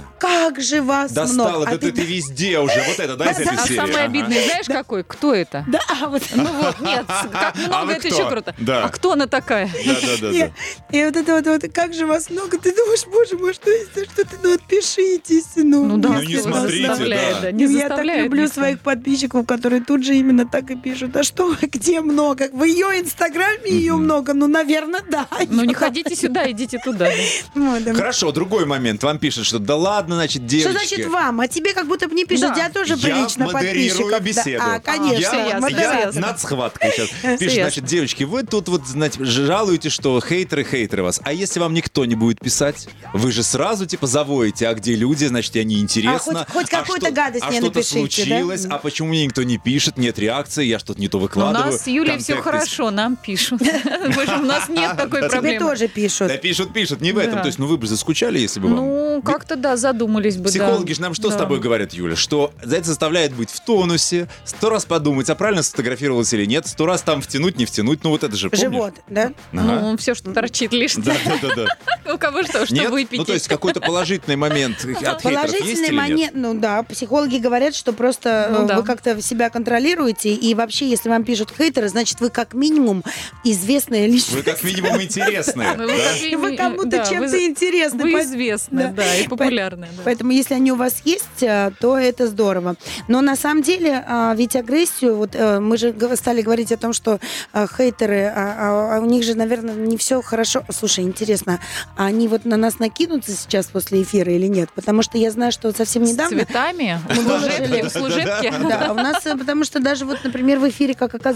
Как же вас Достало, много. да ты везде уже. Вот это, да, из этой А серии. самое Ага. обидное, знаешь, какой? Кто это? Да, вот. Нет, как много, вы это кто? еще круто. Да. А кто она такая? Да. Нет. И вот это вот, как же вас много, ты думаешь, боже мой, что это, что ты, отпишитесь, не если вас смотрите, заставляет. да. Не Я так заставляет люблю никто. своих подписчиков, которые тут же именно так и пишут. А что, где много? В ее инстаграме ее много? Наверное, да. Не ходите сюда, идите туда. Вот, да. Хорошо, другой момент. Вам пишут, что да ладно, значит, Что девочки. значит вам? А тебе как будто бы не пишут, Да. у тебя тоже Я прилично модерирую подписчиков. беседу. Да. конечно. всё ясно, модератор. всё Над схваткой сейчас. Пишет, ясно. значит, девочки, вы тут значит, жалуете, что хейтеры вас. А если вам никто не будет писать, вы же сразу, завоете, а где люди, значит, я неинтересно. хоть какую-то что- гадость мне что-то напишите, да? случилось, а почему мне никто не пишет, нет реакции, я что-то не то У выкладываю. нас с Юлей все контакты хорошо, нам пишут. У нас нет такой Тебе проблемы. тоже пишут. Да пишут, не в этом. Да. То есть, вы бы заскучали, если бы вам... Как-то да, задумались бы. Психологи же нам что с тобой говорят, Юля? Что это заставляет быть в тонусе, 100 раз подумать, а правильно сфотографировалась или нет, 100 раз там втянуть, не втянуть. Это же, помнишь? Живот, да? Ага. Все, что торчит лишнее. Да. У кого что Нет? выпить. То есть какой-то положительный момент от хейтеров есть Положительный или нет? момент, психологи говорят, что просто да. вы как-то себя контролируете, и вообще, если вам пишут хейтеры, значит, вы как минимум известная личность. Вы как минимум интересные. да? Вы кому-то чем-то интересны. Вы Поэтому- известны, да, и популярны. да. Поэтому, если они у вас есть, то это здорово. Но на самом деле, ведь агрессию, мы же стали говорить о том, что хейтеры, у них же, наверное, не все хорошо. Слушай, интересно, они на нас накинутся сейчас после эфира или нет? Потому что я знаю, что совсем С недавно... цветами? Мы выложили- В служебке? Да, у нас, потому что даже например, в эфире,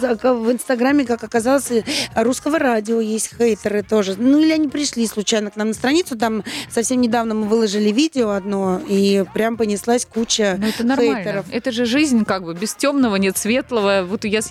в Инстаграме, как оказалось, Русского радио есть хейтеры тоже. Или они пришли случайно к нам на страницу, там совсем недавно мы выложили видео одно, и прям понеслась куча Это нормально. хейтеров. Это же жизнь без темного нет светлого.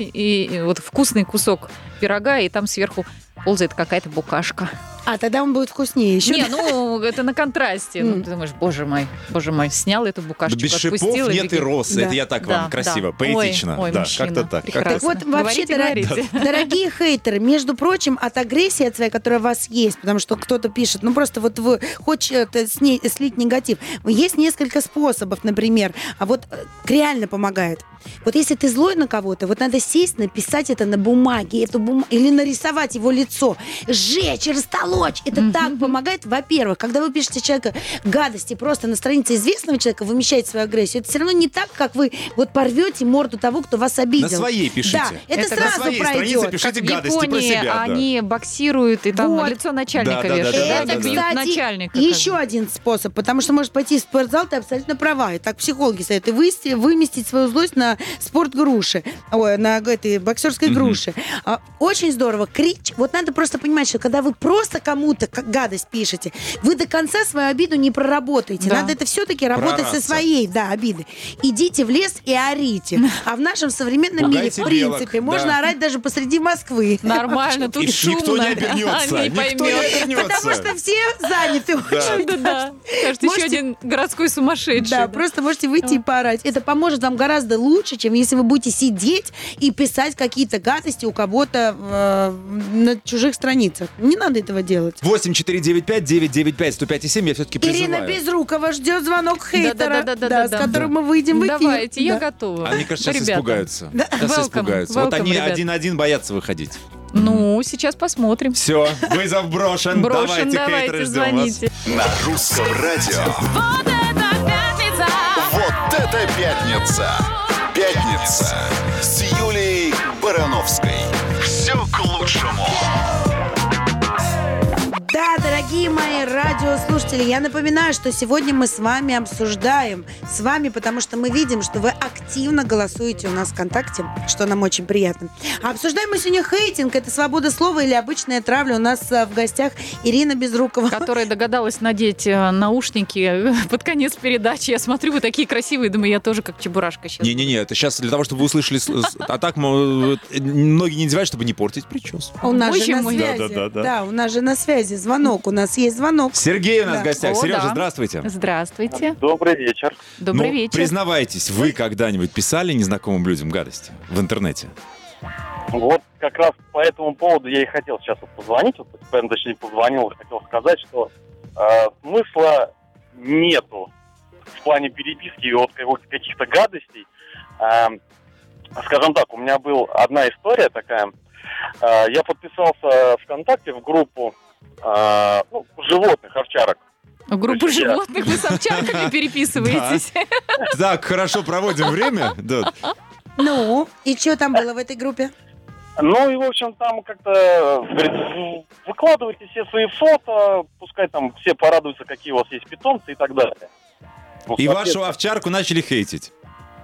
Вот вкусный кусок пирога, и там сверху ползает какая-то букашка. А тогда он будет вкуснее еще. Не, это на контрасте. Ты думаешь, боже мой, снял эту Да букашечку, без шипов отпустил. нет и роз. Да. Это я так Да, вам красиво, да. поэтично. Ой, Да, мужчина, как-то так. прекрасно. Так вот, вообще, Говорите. дорогие хейтеры, между прочим, от агрессии от своей, которая у вас есть, потому что кто-то пишет, просто вы хочешь слить негатив. Есть несколько способов, например, реально помогает. Если ты злой на кого-то, надо сесть, написать это на бумаге, или нарисовать его лицо, сжечь, растолочь. Это так помогает. Во-первых, когда вы пишете человека гадости просто на странице известного человека, вымещаете свою агрессию, это все равно не так, как вы порвете морду того, кто вас обидел. На своей пишите. Да, это на сразу своей странице пройдет. пишите В гадости про Японии себя. да. они боксируют, и там Вот. лицо начальника Да, вешают. да, Это, да. Бьют кстати, начальника. еще один способ, потому что можешь пойти в спортзал, ты абсолютно права. И так психологи советуют выместить свою злость на спортгруши, на этой боксерской груши. Очень здорово. Надо просто понимать, что когда вы просто кому-то гадость пишете, вы до конца свою обиду не проработаете. Да. Надо это все-таки работать Прораться. со своей обидой. Идите в лес и орите. А в нашем современном мире, в Пугайте принципе, белок, можно да. орать даже посреди Москвы. Нормально, тут И шумно. никто не обернется. Не Никто не поймет. обернется. Потому что все заняты очень. Да. Кажется, еще Можете- один городской сумасшедший. Да, просто можете выйти и поорать. Это поможет вам гораздо лучше, чем если вы будете сидеть и писать какие-то гадости у кого-то на чужих страницах. Не надо этого делать. 8495-995-105,7 я все-таки Ирина призываю. Безрукова ждет звонок хейтера, Да-да-да-да-да-да. с которым мы выйдем в эфир. Давайте, я Да. готова. Они, кажется, сейчас Ребята. испугаются. Да. Сейчас Welcome, испугаются. welcome, Они ребят. один-один боятся выходить. Ну, сейчас посмотрим. Все, вызов брошен. Брошен, Давайте, хейтеры, давайте, ждем вас. звоните. На русском радио. Вот это пятница! Это пятница. Пятница с Юлией Барановской. Все к лучшему. Да, дорогие мои радиослушатели, я напоминаю, что сегодня мы с вами обсуждаем, потому что мы видим, что вы активно голосуете у нас в ВКонтакте, что нам очень приятно. А обсуждаем мы сегодня хейтинг, это свобода слова или обычная травля. У нас в гостях Ирина Безрукова. Которая догадалась надеть наушники под конец передачи. Я смотрю, вы такие красивые, думаю, я тоже как чебурашка сейчас. Не-не-не, это сейчас для того, чтобы вы услышали... А так многие не надевают, чтобы не портить прическу. У нас же Боже на мой. связи. Да, у нас же на связи звонок. У нас есть звонок. Сергей у нас в гостях. О, Сережа, да. здравствуйте. Здравствуйте. Добрый вечер. Добрый Ну, вечер. признавайтесь, вы когда-нибудь писали незнакомым людям гадости в интернете? Вот как раз по этому поводу я и хотел сейчас вот позвонить, точнее позвонил и хотел сказать, что смысла нету в плане переписки и вот каких-то гадостей. Скажем так, у меня была одна история такая. Я подписался ВКонтакте в группу животных, овчарок. В группу животных вы с овчарками переписываетесь. Так, хорошо проводим время. Да. Ну, и что там было в этой группе? Ну и, в общем, там как-то выкладывайте все свои фото, пускай там все порадуются, какие у вас есть питомцы и так далее. Ну, И вашу овчарку начали хейтить.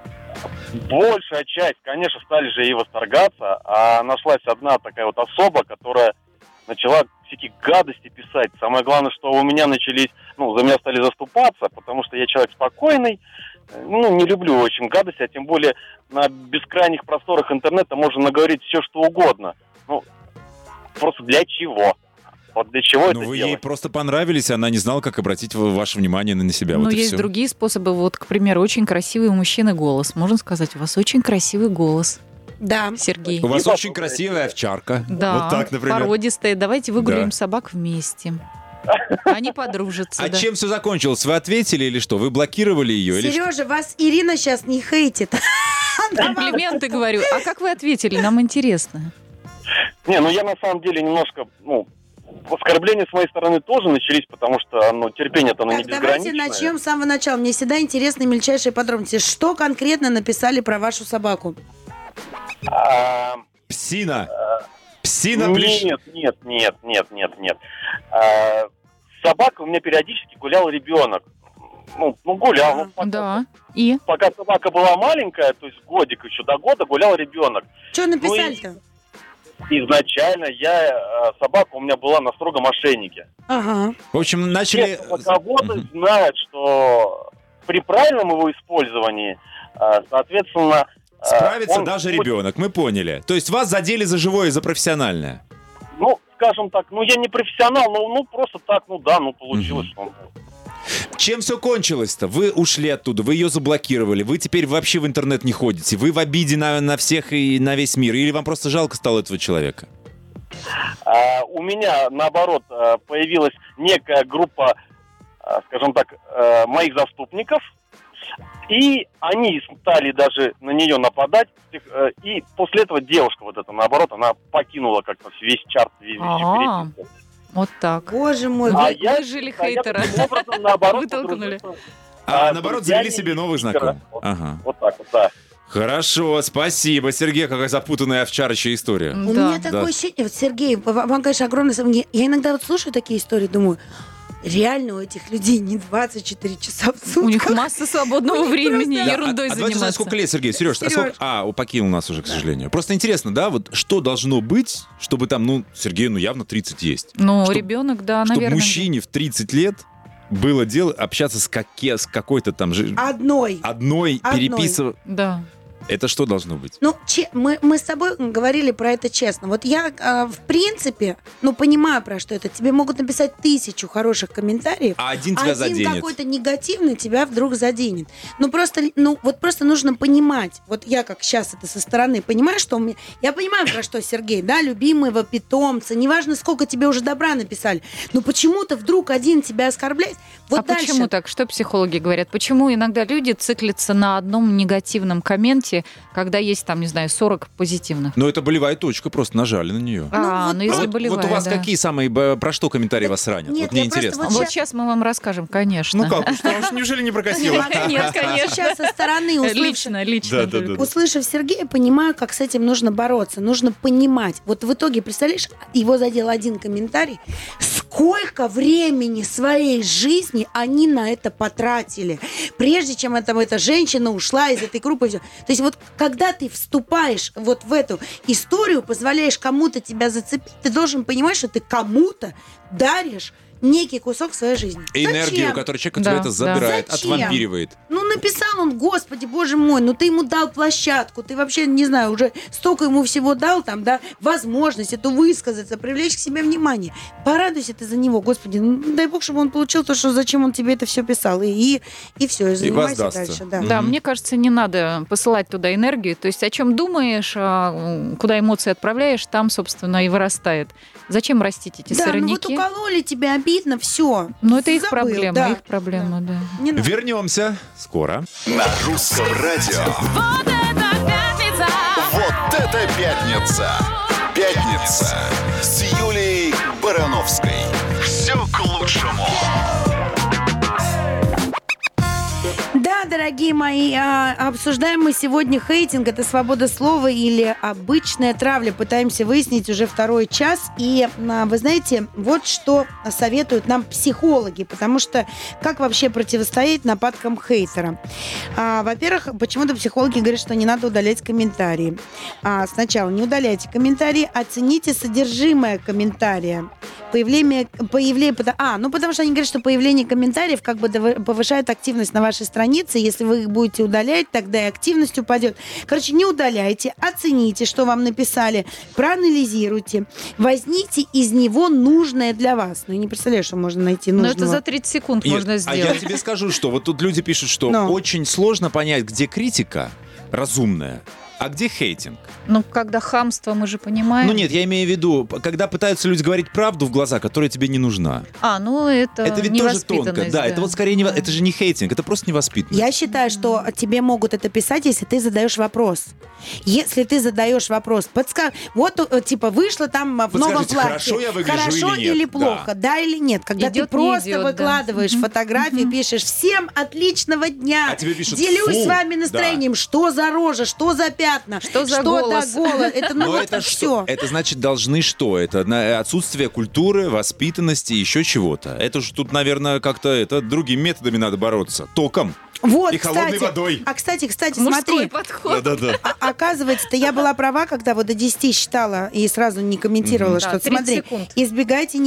Большая часть, конечно, стали же и восторгаться, а нашлась одна такая вот особа, которая начала всякие гадости писать. Самое главное, что у меня начались, за меня стали заступаться, потому что я человек спокойный, не люблю очень гадости, а тем более на бескрайних просторах интернета можно наговорить все, что угодно. Просто для чего? Вот для чего это Вы делать? ей просто понравились, она не знала, как обратить ваше внимание на себя. Но Вот и есть всё. другие способы. Вот, к примеру, очень красивый у мужчины голос. Можно сказать, у вас очень красивый голос, Да. Сергей. У вас Не очень красивая овчарка. Да, Вот так, например. породистые. Давайте выгуляем Да. собак вместе. Они подружатся. А да. чем все закончилось? Вы ответили или что? Вы блокировали ее? Или что? Сережа, вас Ирина сейчас не хейтит. Комплименты говорю. А как вы ответили? Нам интересно. Не, я на самом деле немножко, оскорбления с моей стороны тоже начались, потому что, терпение-то оно не Так, давайте безграничное. начнем с самого начала. Мне всегда интересны мельчайшие подробности. Что конкретно написали про вашу собаку? Псина. Псина плеш... Нет. Собака у меня периодически гулял ребенок. Гулял. Да. И? Пока собака была маленькая, то есть годик еще, до года гулял ребенок. Что написали-то? Изначально собака у меня была на строгом ошейнике. Ага. В общем, начали... Те, кто работает, знают, что при правильном его использовании, соответственно... Справится он даже будет, ребенок, мы поняли. То есть вас задели за живое и за профессиональное. скажем так, я не профессионал, просто так, получилось, что... Чем все кончилось-то? Вы ушли оттуда, вы ее заблокировали, вы теперь вообще в интернет не ходите, вы в обиде на всех и на весь мир, или вам просто жалко стало этого человека? У меня, наоборот, появилась некая группа, скажем так, моих заступников, и они стали даже на нее нападать, и после этого девушка наоборот, она покинула как-то весь чат, весь переписку. Вот так. Боже мой. Вы жили хейтера. Я таким образом, наоборот, Вытолкнули. Наоборот, завели себе новых знакомых. Ага. Вот так вот, да. Хорошо, спасибо, Сергей, какая запутанная овчарочья история. У меня такое ощущение, Сергей, вам, конечно, огромное... Я иногда слушаю такие истории, думаю, реально у этих людей не 24 часа в сутках. У них масса свободного времени, ерундой Давайте узнать, заниматься. сколько лет, Сергей? Сереж, Сереж. он покинул нас уже, к сожалению. Просто интересно, да, вот что должно быть, чтобы там, Сергею, явно 30 есть. Ребенок, да, чтобы наверное. мужчине в 30 лет было дело общаться с какой-то там... Одной. Переписывать. Да. Это что должно быть? Мы с тобой говорили про это честно. Вот я, в принципе, понимаю, про что это. Тебе могут написать 1000 хороших комментариев, А один тебя заденет. какой-то негативный тебя вдруг заденет. Просто нужно понимать. Вот я как сейчас это со стороны понимаю, что я понимаю, про что Сергей, да, любимого питомца. Неважно, сколько тебе уже добра написали. Но почему-то вдруг один тебя оскорбляет. Вот дальше. Почему так? Что психологи говорят? Почему иногда люди циклятся на одном негативном комменте ВКонтакте, когда есть там, не знаю, 40 позитивных. Но это болевая точка, просто нажали на нее. Ну если болевая, вот у вас да. какие самые, про что комментарии вас ранят? Нет, вот мне я просто интересно. вот Вот сейчас мы вам расскажем, конечно. Ну как, что, неужели не прокатило? Нет, конечно. Сейчас со стороны Лично. Да. услышав Сергея, понимаю, как с этим нужно бороться. Нужно понимать. Вот в итоге, представляешь, его задел один комментарий. Сколько времени своей жизни они на это потратили, прежде чем эта женщина ушла из этой группы. То есть вот когда ты вступаешь вот в эту историю, позволяешь кому-то тебя зацепить, ты должен понимать, что ты кому-то даришь некий кусок своей жизни. Энергию, Зачем? которую человек у тебя это забирает, Зачем? отвампиривает. Ну, написал он, господи, боже мой, ну ты ему дал площадку, ты вообще, не знаю, уже столько ему всего дал, там, да, возможность это высказаться, привлечь к себе внимание. Порадуйся ты за него, господи, ну, дай бог, чтобы он получил то, что зачем он тебе это все писал. И все, и занимайся воздастся. дальше. Да. Да, мне кажется, не надо посылать туда энергию. То есть о чем думаешь, куда эмоции отправляешь, там, собственно, и вырастает. Зачем растить эти Да, ну вот сорняки? укололи тебя, обидно, все. Ну, это их проблема, да. Не надо. Вернемся скоро. На русском радио. Вот это пятница! Вот это пятница! Пятница с Юлией Барановской. Все к лучшему. Да, дорогие мои, обсуждаем мы сегодня хейтинг. Это свобода слова или обычная травля. Пытаемся выяснить уже второй час. И вы знаете, вот что советуют нам психологи. Потому что как вообще противостоять нападкам хейтера? Во-первых, почему-то психологи говорят, что не надо удалять комментарии. Сначала не удаляйте комментарии, оцените содержимое комментария. Потому что они говорят, что появление комментариев как бы повышает активность на вашей странице. Если вы их будете удалять, тогда и активность упадет. Короче, не удаляйте, оцените, что вам написали, проанализируйте, возьмите из него нужное для вас. Ну, я не представляю, что можно найти нужного. Но это за 30 секунд Нет, можно а сделать. я тебе скажу, что вот тут люди пишут, что Но. очень сложно понять, где критика разумная, а где хейтинг. Ну, когда хамство, мы же понимаем. Ну нет, я имею в виду, когда пытаются люди говорить правду в глаза, которая тебе не нужна. Это Это ведь тоже тонко. невоспитанность, Да, это вот скорее это же не хейтинг, это просто невоспитанность. Я считаю, что тебе могут это писать, если ты задаешь вопрос. Если ты задаешь вопрос, типа, вышла там в новом Подскажите, платье. хорошо я выгляжу Хорошо или нет? или плохо, да или нет. Когда Идет, ты не просто идет, да. выкладываешь фотографии, пишешь «Всем отличного дня!» А тебе пишут Делюсь «Фу!» с вами настроением. Что за рожа, что за пятна, Что за да, голос. Это, Но вот это все. что? Это значит должны что? Это отсутствие культуры, воспитанности, еще чего-то. Это же тут, наверное, как-то другими методами надо бороться. Током. Вот, И холодной кстати. водой. Кстати, Мужской смотри. подход. Да-да-да. Оказывается-то я была права, когда вот до 10 считала и сразу не комментировала, Да, что 30 смотри, секунд. избегайте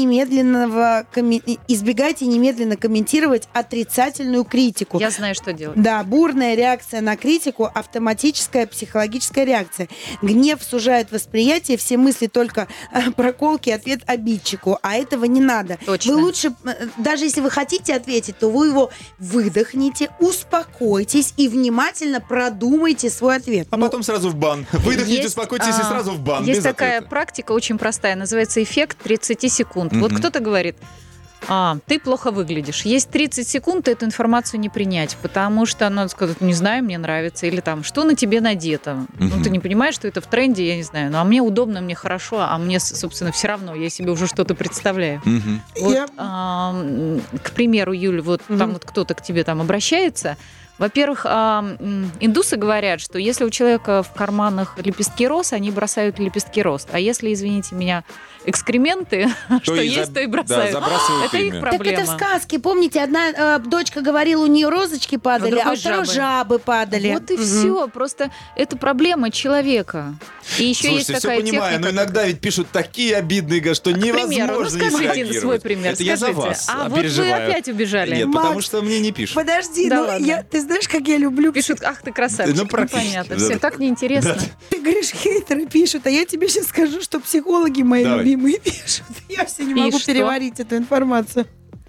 немедленно комментировать отрицательную критику. Я знаю, что делать. Да, бурная реакция на критику, автоматическая психологическая реакция. Гнев сужает восприятие, все мысли только проколки, ответ обидчику. А этого не надо. Точно. Вы лучше, даже если вы хотите ответить, то вы его выдохните, успокойтесь и внимательно продумайте свой ответ. А потом сразу в бан. Выдохните, Есть, успокойтесь и сразу в бан. Есть без такая ответа. практика очень простая, называется эффект 30 секунд. Вот кто-то говорит: ты плохо выглядишь. Есть 30 секунд эту информацию не принять, потому что надо сказать: не знаю, мне нравится. Или там, что на тебе надето? Ну, ты не понимаешь, что это в тренде, я не знаю. Ну, а мне удобно, мне хорошо, а мне, собственно, все равно. Я себе уже что-то представляю. Вот, к примеру, Юль, вот там вот кто-то к тебе там обращается. Во-первых, индусы говорят, что если у человека в карманах лепестки роз, они бросают лепестки роз. А если, извините меня, экскременты, что есть, то и бросают. Да, забрасывают Это их ими. проблема. Так это в сказке. Помните, одна дочка говорила, у нее розочки падали, а у второй жабы падали. Вот и все. Просто это проблема человека. И еще Слушайте, есть все такая понимаю, техника. но иногда ведь пишут такие обидные, что невозможно ну не скажите среагировать. свой пример. Это я за скажите. вас А вот вы переживаю. опять убежали. Нет, Макс, потому что мне не пишут. Подожди, Да ладно. ты знаешь, как я люблю... Пишут: ах ты красавчик. Ну, практически, понятно. да. Все так неинтересно. Ты говоришь, хейтеры пишут, а я тебе сейчас скажу, что психологи мои Давай. любимые пишут. Я все не И могу что? переварить эту информацию.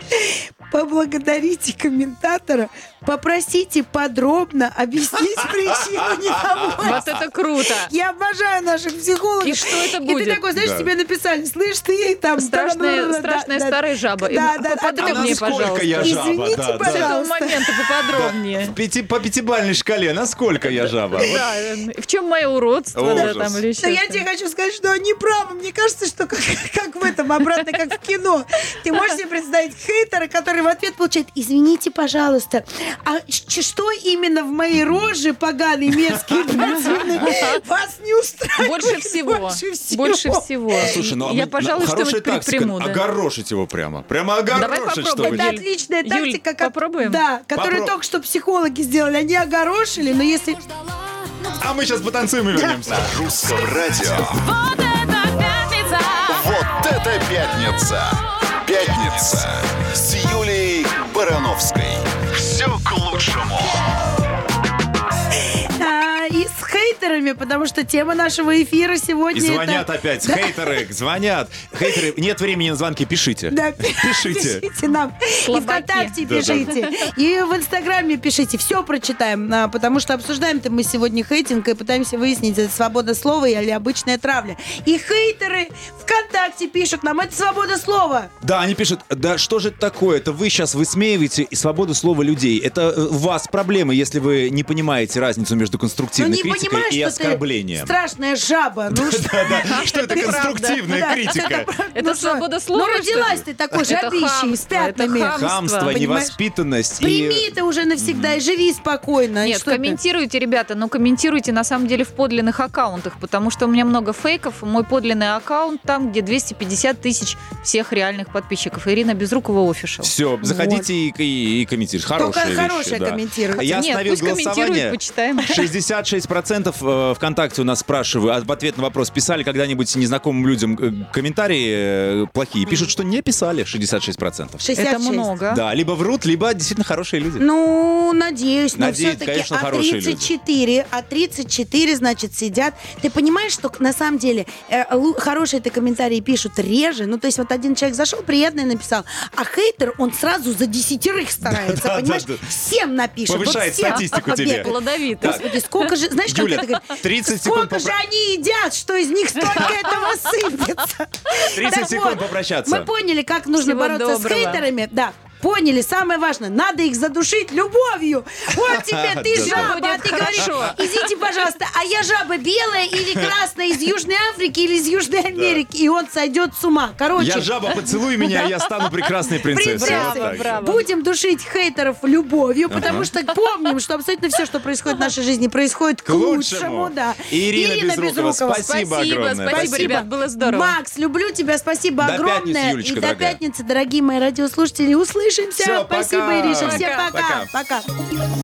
Поблагодарите комментатора, попросите подробно объяснить причину недовольства. Вот это круто. Я обожаю наших психологов. И что это И будет? ты такой, знаешь, Да. тебе написали, слышь, ты там... Страшная старая жаба. Да, да, Поподробнее, насколько пожалуйста. я жаба? Извините, Да, да. С этого пожалуйста. момента поподробнее. По пятибалльной шкале, насколько я жаба? Вот. Да, в чем мое уродство, да, Ужас. там, или Но еще я что-то. тебе хочу сказать, что они правы. Мне кажется, что как в этом, обратно, как в кино. Ты можешь себе представить хейтера, который в ответ получает: извините, пожалуйста, а что именно в моей роже поганой, мерзкой, противной вас не устраивает? Больше всего. Больше всего. Слушай, ну Я, пожалуй, хорошая что-нибудь тактика. предприму. да. Огорошить его прямо. Прямо Давай огорошить, попробуем. чтобы... Это отличная Юль, тактика. попробуем? Да, которую только что психологи сделали. Они огорошили, но если... А мы сейчас потанцуем и вернемся. На русском радио. Вот это пятница! Вот это пятница! Пятница с Юлией Барановской. Все к лучшему. И с хейтерами, потому что тема нашего эфира сегодня... И звонят это... опять. Хейтеры звонят. Хейтеры, нет времени на звонки, пишите. Да, Пишите. пишите нам. И Слабаки. ВКонтакте Да, пишите. И в Инстаграме пишите. Все прочитаем. Потому что обсуждаем-то мы сегодня хейтинг и пытаемся выяснить, это свобода слова или обычная травля. И хейтеры ВКонтакте пишут нам: это свобода слова. Да, они пишут: да что же это такое? Это вы сейчас высмеиваете и свободу слова людей. Это у вас проблемы, если вы не понимаете разницу между Ну конструктивной не критикой понимаешь, и что оскорблением. ты страшная жаба. Ну что? Да-да, что это конструктивная Да, критика? Это ну что? свобода слова, Ну родилась что ли? ты такой Это жабищей, с хамство, это пятнами. хамство. Хамство, Понимаешь? невоспитанность. Прими ты уже навсегда и живи спокойно. И Нет, что ты? комментируйте, ребята, но комментируйте на самом деле в подлинных аккаунтах, потому что у меня много фейков. Мой подлинный аккаунт там, где 250 тысяч всех реальных подписчиков. Ирина Безрукова офишал. Все, заходите и комментируйте. Хорошие вещи, хорошее да. комментируйте. Я Нет, остановил пусть комментируют, голосование. почитаем. 66% ВКонтакте у нас спрашивают, в ответ на вопрос: писали когда-нибудь незнакомым людям комментарии плохие? Пишут, что не писали, 66%. 66. Это много. Да, либо врут, либо действительно хорошие люди. Ну, надеюсь, но Надеюсь, все-таки конечно, хорошие люди. 34, значит, сидят. Ты понимаешь, что на самом деле хорошие-то комментарии пишут реже. Ну, то есть вот один человек зашел, приятное написал, а хейтер, он сразу за 10 старается, Да, понимаешь? да. Всем напишет. Повышает всем. статистику тебе. Плодовито. Господи, сколько же, знаешь, как Юля, это говорит? 30 секунд Сколько же они едят, что из них столько этого сыпется? 30 Так секунд вот, попрощаться. Мы поняли, как нужно Всего бороться доброго. с хейтерами. Да. Поняли, самое важное, надо их задушить любовью. Вот тебе, ты Да-да. жаба, Будет а ты говоришь: хорошо. идите, пожалуйста, а я жаба белая или красная из Южной Африки или из Южной Америки, и он сойдет с ума. Короче, Я жаба, поцелуй меня, я стану прекрасной принцессой. принцессы, Вот так. браво. будем душить хейтеров любовью, потому что помним, что абсолютно все, что происходит в нашей жизни, происходит к лучшему. Да. Ирина Безрукова, спасибо огромное. Спасибо, ребят, было здорово. Макс, люблю тебя, спасибо До огромное. пятницы, Юлечка, и до дорогая. пятницы, дорогие мои радиослушатели. Услышимся. Всё, Спасибо, пока. Ириша. Всем Пока. пока. Пока.